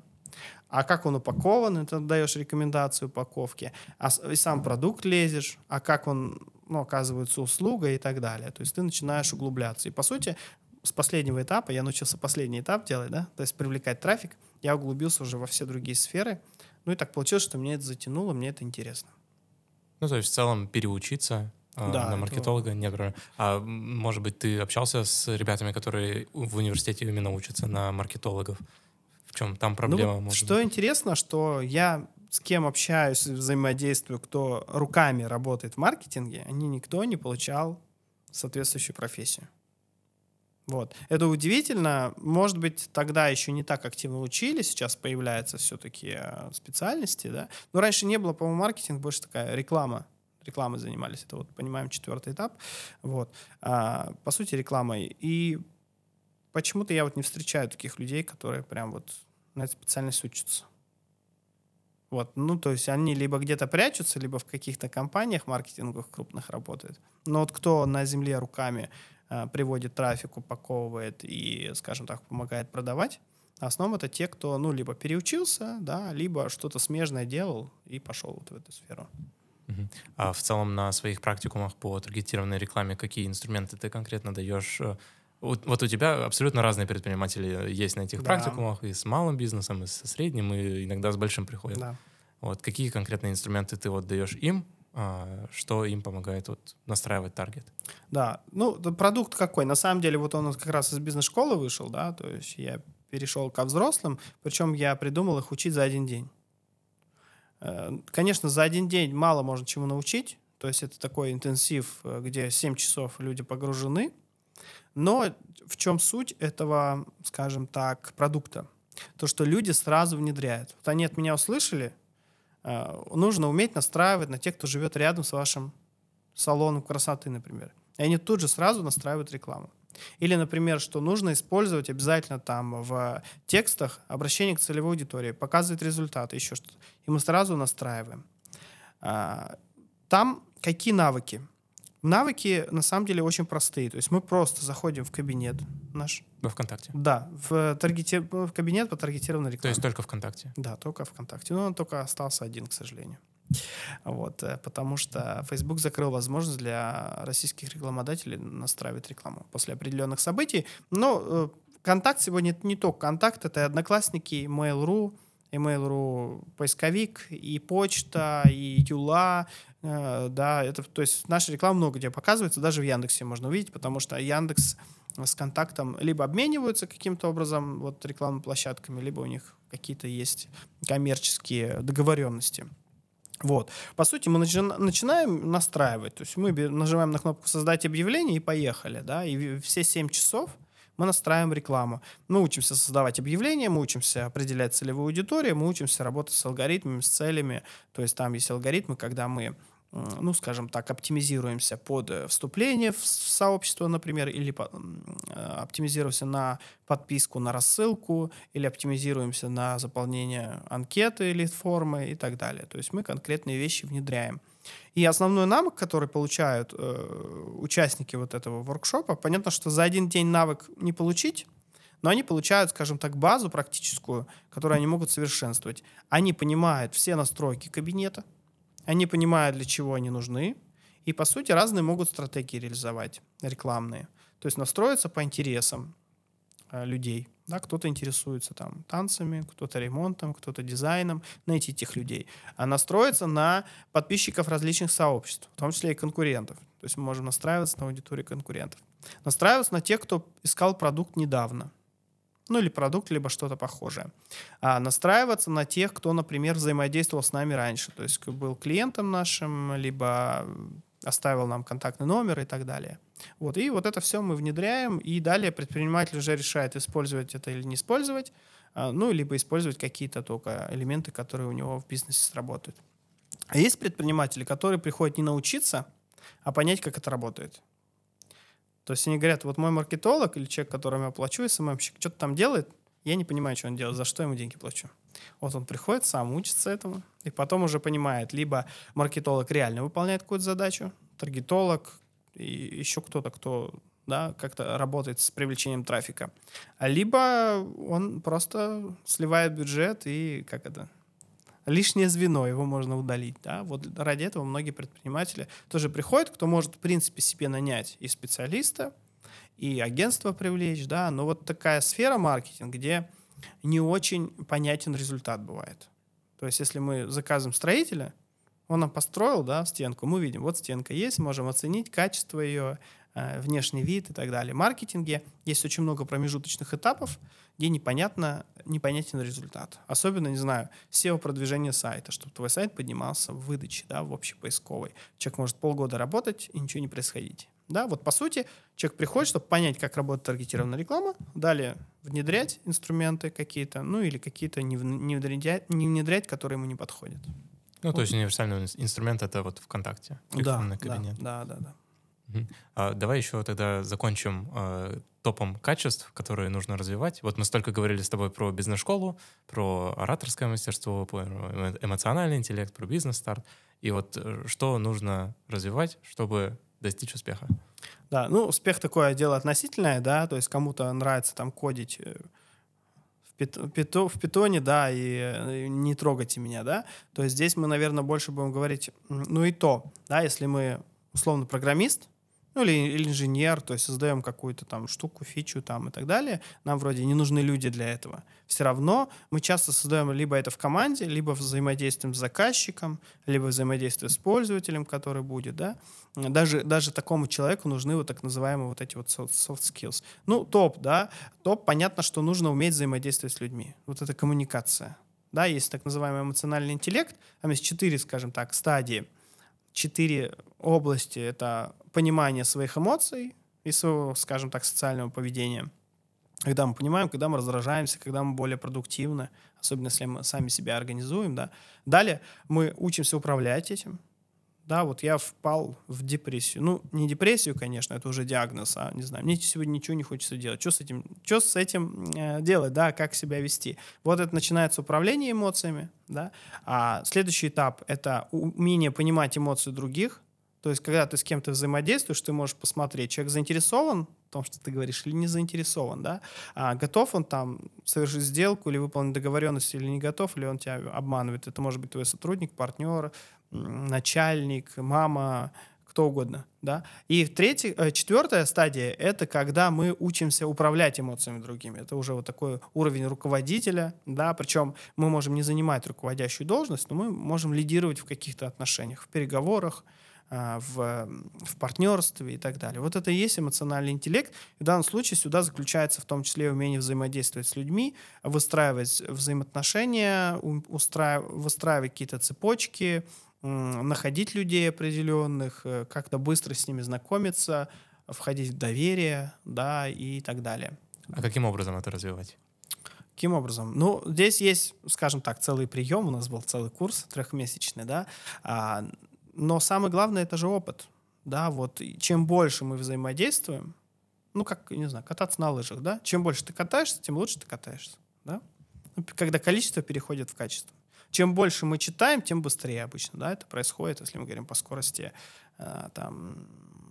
Speaker 2: а как он упакован, ты даешь рекомендацию упаковки, а и сам продукт лезешь, а как он, ну, оказывается, услуга и так далее. То есть ты начинаешь углубляться. И, по сути, с последнего этапа, я научился последний этап делать, да, то есть привлекать трафик, я углубился уже во все другие сферы. Ну и так получилось, что мне это затянуло, мне это интересно.
Speaker 1: Ну, то есть в целом переучиться э,
Speaker 2: да,
Speaker 1: на маркетолога
Speaker 2: это...
Speaker 1: нет проблем. А может быть, ты общался с ребятами, которые в университете именно учатся на маркетологов? В чем там проблема?
Speaker 2: Ну,
Speaker 1: может
Speaker 2: что
Speaker 1: быть?
Speaker 2: интересно, что я с кем общаюсь, взаимодействую, кто руками работает в маркетинге, они никто не получал соответствующую профессию. Вот. Это удивительно. Может быть, тогда еще не так активно учили, сейчас появляются все-таки специальности, да. Но раньше не было, по-моему, маркетинг, больше такая реклама. Рекламой занимались. Это вот, понимаем, четвертый этап. Вот. А, по сути, рекламой. И почему-то я вот не встречаю таких людей, которые прям вот на этой специальности учатся. Вот. Ну, то есть они либо где-то прячутся, либо в каких-то компаниях маркетинговых крупных работают. Но вот кто на земле руками приводит трафик, упаковывает и, скажем так, помогает продавать. В основном это те, кто, ну, либо переучился, да, либо что-то смежное делал и пошел вот в эту сферу.
Speaker 1: Мгм. А в целом на своих практикумах по таргетированной рекламе какие инструменты ты конкретно даешь? Э, Вот, вот у тебя абсолютно разные предприниматели есть на этих
Speaker 2: Да,
Speaker 1: практикумах, и с малым бизнесом, и со средним, и иногда с большим приходят.
Speaker 2: да.
Speaker 1: Вот какие конкретные инструменты ты вот даешь им, а, что им помогает вот настраивать таргет?
Speaker 2: Да, ну, д- продукт какой? На самом деле, вот он вот как раз из бизнес-школы вышел, да, то есть я перешел ко взрослым, причем я придумал их учить за один день. Э, Конечно, за один день мало можно чему научить, то есть это такой интенсив, э, где семь часов люди погружены, но в чем суть этого, скажем так, продукта? То, что люди сразу внедряют. Вот они от меня услышали, э, нужно уметь настраивать на тех, кто живет рядом с вашим салоном красоты, например. И они тут же сразу настраивают рекламу. Или, например, что нужно использовать обязательно там в текстах обращение к целевой аудитории, показывать результаты, еще что-то. И мы сразу настраиваем. А, Там какие навыки? Навыки на самом деле очень простые. То есть мы просто заходим в кабинет наш.
Speaker 1: Во ВКонтакте.
Speaker 2: Да, в, таргете... в кабинет по таргетированной
Speaker 1: То
Speaker 2: рекламе.
Speaker 1: есть только ВКонтакте.
Speaker 2: Да, только ВКонтакте. Но он только остался один, к сожалению. Вот, э, потому что Facebook закрыл возможность для российских рекламодателей настраивать рекламу после определенных событий. Но э, Контакт сегодня это не только Контакт, это и Одноклассники, Mail.ru, и Mail.ru поисковик, и почта, и Юла. Э, да, это, то есть наша реклама много где показывается, даже в Яндексе можно увидеть, потому что Яндекс с Контактом либо обмениваются каким-то образом вот рекламными площадками, либо у них какие-то есть коммерческие договоренности. Вот. По сути, мы начи- начинаем настраивать. То есть мы бе- нажимаем на кнопку «Создать объявление» и поехали. Да? И в- все семь часов мы настраиваем рекламу. Мы учимся создавать объявления, мы учимся определять целевую аудиторию, мы учимся работать с алгоритмами, с целями. То есть там есть алгоритмы, когда мы, м, ну, скажем так, оптимизируемся под э, вступление в с- в сообщество, например, или по- м, э, оптимизируемся на подписку, на рассылку, или оптимизируемся на заполнение анкеты или формы и так далее. То есть мы конкретные вещи внедряем. И основной навык, который получают э, участники вот этого воркшопа, понятно, что за один день навык не получить, но они получают, скажем так, базу практическую, которую они могут совершенствовать. Они понимают все настройки кабинета, они понимают, для чего они нужны, и, по сути, разные могут стратегии реализовать, рекламные. То есть настроиться по интересам э, людей. Да, кто-то интересуется там танцами, кто-то ремонтом, кто-то дизайном, найти этих людей. А настроиться на подписчиков различных сообществ, в том числе и конкурентов. То есть мы можем настраиваться на аудиторию конкурентов. Настраиваться на тех, кто искал продукт недавно. Ну, или продукт, либо что-то похожее. А настраиваться на тех, кто, например, взаимодействовал с нами раньше. То есть был клиентом нашим, либо оставил нам контактный номер и так далее. Вот. И вот это все мы внедряем, и далее предприниматель уже решает, использовать это или не использовать, а, ну, либо использовать какие-то только элементы, которые у него в бизнесе сработают. А есть предприниматели, которые приходят не научиться, а понять, как это работает. То есть они говорят, вот мой маркетолог или человек, которому я плачу, эс эм эм-щик, что-то там делает, я не понимаю, что он делает, за что ему деньги плачу. Вот он приходит, сам учится этому, и потом уже понимает, либо маркетолог реально выполняет какую-то задачу, таргетолог и еще кто-то, кто да, как-то работает с привлечением трафика, а либо он просто сливает бюджет и как это... лишнее звено, его можно удалить. Да? Вот ради этого многие предприниматели тоже приходят, кто может, в принципе, себе нанять и специалиста, и агентство привлечь, да, но вот такая сфера маркетинга, где не очень понятен результат бывает. То есть если мы заказываем строителя, он нам построил, да, стенку, мы видим, вот стенка есть, можем оценить качество ее, э, внешний вид и так далее. В маркетинге есть очень много промежуточных этапов, где непонятно, непонятен результат. Особенно, не знаю, сео-продвижение сайта, чтобы твой сайт поднимался в выдаче, да, в общей поисковой. Человек может полгода работать и ничего не происходить. Да, вот по сути человек приходит, чтобы понять, как работает таргетированная реклама, далее внедрять инструменты какие-то, ну или какие-то не, в- не, внедрять, не внедрять, которые ему не подходят.
Speaker 1: Ну, то есть универсальный ин- инструмент — это вот ВКонтакте, рекламный
Speaker 2: Да,
Speaker 1: кабинет.
Speaker 2: да, да, да, да.
Speaker 1: Мгм. А, давай еще тогда закончим э, топом качеств, которые нужно развивать. Вот мы столько говорили с тобой про бизнес-школу, про ораторское мастерство, про эмо- эмоциональный интеллект, про бизнес-старт. И вот э, что нужно развивать, чтобы достичь успеха?
Speaker 2: Да, ну, успех такое дело относительное, да, то есть кому-то нравится там кодить э, в, пит, пито, в питоне, да, и, и не трогайте меня, да. То есть здесь мы, наверное, больше будем говорить, ну и то, да, если мы условно программист, ну или, или инженер, то есть создаем какую-то там штуку, фичу там и так далее, нам вроде не нужны люди для этого. Все равно мы часто создаем либо это в команде, либо взаимодействуем с заказчиком, либо взаимодействуем с пользователем, который будет, да. Даже, даже такому человеку нужны вот так называемые вот эти вот soft skills. Ну, топ, да. Топ, понятно, что нужно уметь взаимодействовать с людьми. Вот это коммуникация. Да, есть так называемый эмоциональный интеллект, там есть четыре, скажем так, стадии. Четыре области — это понимание своих эмоций и своего, скажем так, социального поведения. Когда мы понимаем, когда мы раздражаемся, когда мы более продуктивны, особенно если мы сами себя организуем, да. Далее мы учимся управлять этим. Да, вот я впал в депрессию. Ну, не депрессию, конечно, это уже диагноз, а, не знаю, мне сегодня ничего не хочется делать. Что с этим, что с этим э, делать, да, как себя вести? Вот это начинается управление эмоциями, да. А следующий этап — это умение понимать эмоции других. То есть, когда ты с кем-то взаимодействуешь, ты можешь посмотреть, человек заинтересован в том, что ты говоришь, или не заинтересован, да, а готов он там совершить сделку или выполнить договоренность, или не готов, или он тебя обманывает. Это может быть твой сотрудник, партнер, начальник, мама, кто угодно, да. И третья, четвертая стадия — это когда мы учимся управлять эмоциями другими. Это уже вот такой уровень руководителя, да, причем мы можем не занимать руководящую должность, но мы можем лидировать в каких-то отношениях, в переговорах, в, в партнерстве и так далее. Вот это и есть эмоциональный интеллект. В данном случае сюда заключается в том числе умение взаимодействовать с людьми, выстраивать взаимоотношения, устраив... выстраивать какие-то цепочки, находить людей определенных, как-то быстро с ними знакомиться, входить в доверие, да, и так далее.
Speaker 1: А каким образом это развивать?
Speaker 2: Каким образом? Ну, здесь есть, скажем так, целый прием. У нас был целый курс трехмесячный, да. А, но самое главное — это же опыт. Да, вот чем больше мы взаимодействуем, ну, как, не знаю, кататься на лыжах, да. Чем больше ты катаешься, тем лучше ты катаешься, да. Когда количество переходит в качество. Чем больше мы читаем, тем быстрее обычно, да, это происходит, если мы говорим по скорости, э, там,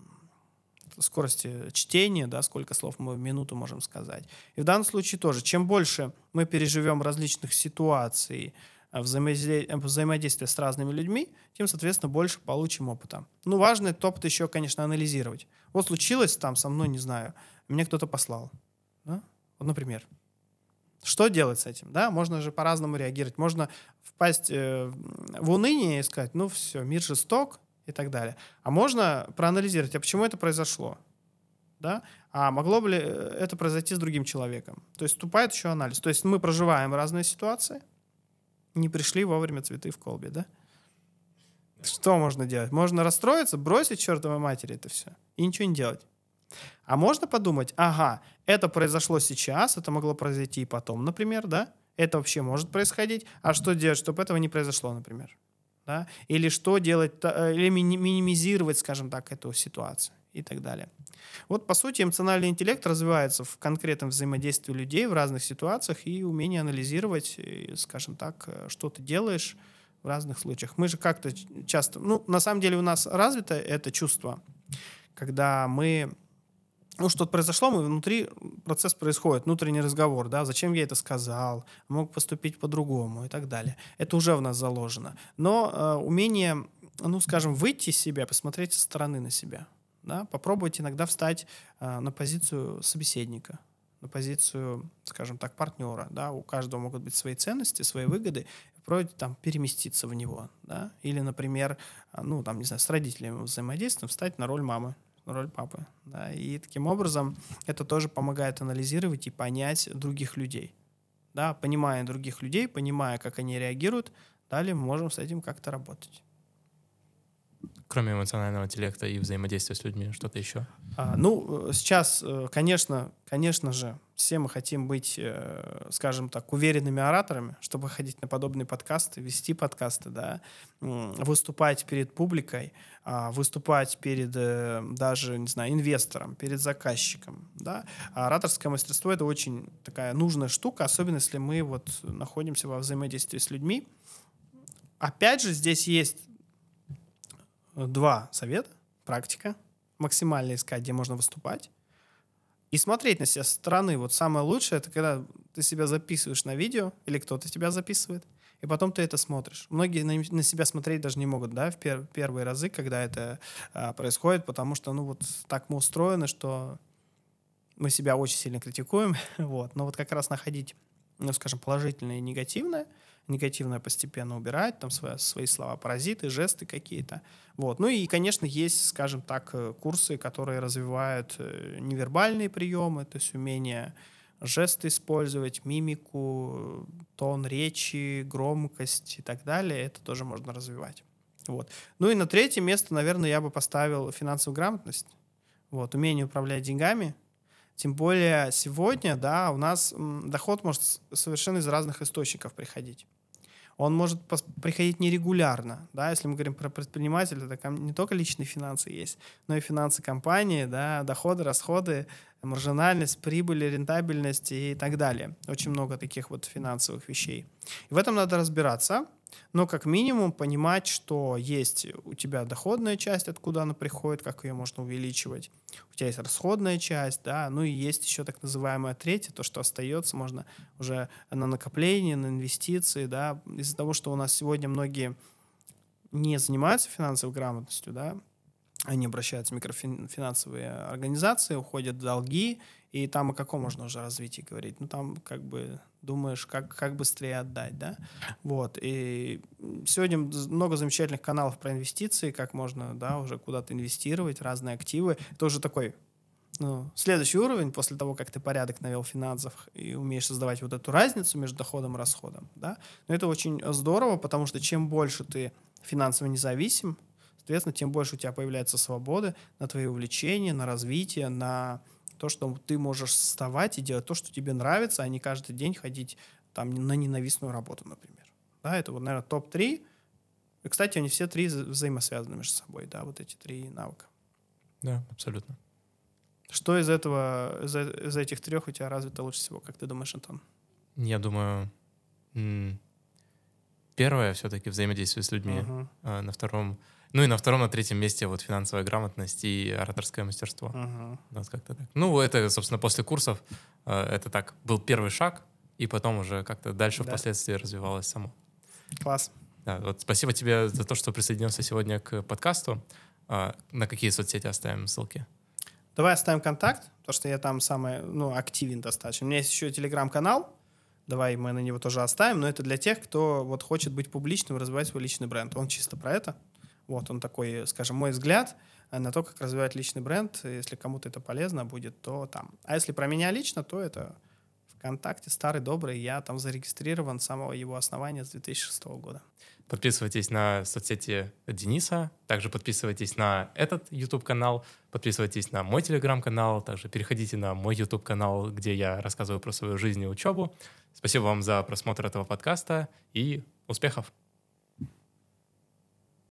Speaker 2: скорости чтения, да, сколько слов мы в минуту можем сказать. И в данном случае тоже, чем больше мы переживем различных ситуаций, взаимодействия, взаимодействия с разными людьми, тем, соответственно, больше получим опыта. Ну, важно этот опыт еще, конечно, анализировать. Вот случилось там со мной, не знаю, мне кто-то послал, да? Вот, например. Что делать с этим? Да? Можно же по-разному реагировать. Можно впасть э, в уныние и сказать, ну все, мир жесток и так далее. А можно проанализировать, а почему это произошло? Да? А могло бы ли это произойти с другим человеком? То есть вступает еще анализ. То есть мы проживаем разные ситуации, не пришли вовремя цветы в колбе, да? Что можно делать? Можно расстроиться, бросить чертовой матери это все и ничего не делать. А можно подумать, ага, это произошло сейчас, это могло произойти и потом, например, да? Это вообще может происходить. А что делать, чтобы этого не произошло, например? Да? Или что делать, или минимизировать, скажем так, эту ситуацию и так далее. Вот, по сути, эмоциональный интеллект развивается в конкретном взаимодействии людей в разных ситуациях и умение анализировать, скажем так, что ты делаешь в разных случаях. Мы же как-то часто... Ну, на самом деле у нас развито это чувство, когда мы... Ну, что-то произошло, мы внутри, процесс происходит, внутренний разговор, да, зачем я это сказал, мог поступить по-другому и так далее. Это уже в нас заложено. Но э, умение, ну, скажем, выйти из себя, посмотреть со стороны на себя, да, попробовать иногда встать э, на позицию собеседника, на позицию, скажем так, партнера, да, у каждого могут быть свои ценности, свои выгоды, попробовать там переместиться в него, да, или, например, ну, там, не знаю, с родителями взаимодействуем, встать на роль мамы, роль папы. Да, и таким образом это тоже помогает анализировать и понять других людей. Да, понимая других людей, понимая, как они реагируют, далее мы можем с этим как-то работать.
Speaker 1: Кроме эмоционального интеллекта и взаимодействия с людьми, что-то еще?
Speaker 2: А, ну, сейчас, конечно, конечно же, все мы хотим быть, скажем так, уверенными ораторами, чтобы ходить на подобные подкасты, вести подкасты, да, выступать перед публикой, выступать перед даже, не знаю, инвестором, перед заказчиком, да. А ораторское мастерство — это очень такая нужная штука, особенно если мы вот находимся во взаимодействии с людьми. Опять же, здесь есть два совета. Практика. Максимально искать, где можно выступать. И смотреть на себя со стороны. Вот самое лучшее — это когда ты себя записываешь на видео, или кто-то тебя записывает, и потом ты это смотришь. Многие на, на себя смотреть даже не могут, да, в пер, первые разы, когда это а, происходит, потому что, ну, вот так мы устроены, что мы себя очень сильно критикуем, вот. Но вот как раз находить, ну, скажем, положительное и негативное, негативное постепенно убирать, там свои, свои слова паразиты, жесты какие-то. Вот. Ну и, конечно, есть, скажем так, курсы, которые развивают невербальные приемы, то есть умение жесты использовать, мимику, тон речи, громкость и так далее. Это тоже можно развивать. Вот. Ну и на третье место, наверное, я бы поставил финансовую грамотность. Вот. Умение управлять деньгами. Тем более сегодня, да, у нас м, доход может совершенно из разных источников приходить. Он может пос- приходить нерегулярно, да, если мы говорим про предпринимателя, так там не только личные финансы есть, но и финансы компании, да, доходы, расходы, маржинальность, прибыль, рентабельность и так далее. Очень много таких вот финансовых вещей. И в этом надо разбираться, но как минимум понимать, что есть у тебя доходная часть, откуда она приходит, как ее можно увеличивать. У тебя есть расходная часть, да, ну и есть еще так называемая третья, то, что остается, можно уже на накопление, на инвестиции, да. Из-за того, что у нас сегодня многие не занимаются финансовой грамотностью, да, они обращаются в микрофинансовые организации, уходят в долги, и там о каком можно уже развитии говорить? Ну, там как бы думаешь, как, как быстрее отдать, да? Вот. И сегодня много замечательных каналов про инвестиции, как можно, да, уже куда-то инвестировать, разные активы. Это уже такой, ну, следующий уровень после того, как ты порядок навел в финансах и умеешь создавать вот эту разницу между доходом и расходом, да? Но это очень здорово, потому что чем больше ты финансово независим, соответственно, тем больше у тебя появляется свободы на твои увлечения, на развитие, на то, что ты можешь вставать и делать то, что тебе нравится, а не каждый день ходить там на ненавистную работу, например. Да, это вот, наверное, топ три. И, кстати, они все три вза- взаимосвязаны между собой, да, вот эти три навыка.
Speaker 1: Да, абсолютно.
Speaker 2: Что из этого, из, из этих трех у тебя развито лучше всего, как ты думаешь, Антон?
Speaker 1: Я думаю, м, первое все-таки взаимодействие с людьми.
Speaker 2: Мгм.
Speaker 1: а на втором, ну и на втором, на третьем месте вот финансовая грамотность и ораторское мастерство.
Speaker 2: Мгм.
Speaker 1: Вот как-то так. Ну, это, собственно, после курсов э, это так был первый шаг, и потом уже как-то дальше
Speaker 2: Да.
Speaker 1: впоследствии развивалось само.
Speaker 2: Класс.
Speaker 1: Да, вот спасибо тебе за то, что присоединился сегодня к подкасту. А, на какие соцсети оставим ссылки?
Speaker 2: Давай оставим контакт, потому что я там самый, ну, активен достаточно. У меня есть еще телеграм-канал, давай мы на него тоже оставим, но это для тех, кто вот хочет быть публичным, развивать свой личный бренд. Он чисто про это. Вот он такой, скажем, мой взгляд на то, как развивать личный бренд. Если кому-то это полезно будет, то там. А если про меня лично, то это ВКонтакте, старый добрый. Я там зарегистрирован с самого его основания с две тысячи шестого года.
Speaker 1: Подписывайтесь на соцсети Дениса, также подписывайтесь на этот YouTube-канал, подписывайтесь на мой Telegram-канал, также переходите на мой YouTube-канал, где я рассказываю про свою жизнь и учебу. Спасибо вам за просмотр этого подкаста и успехов!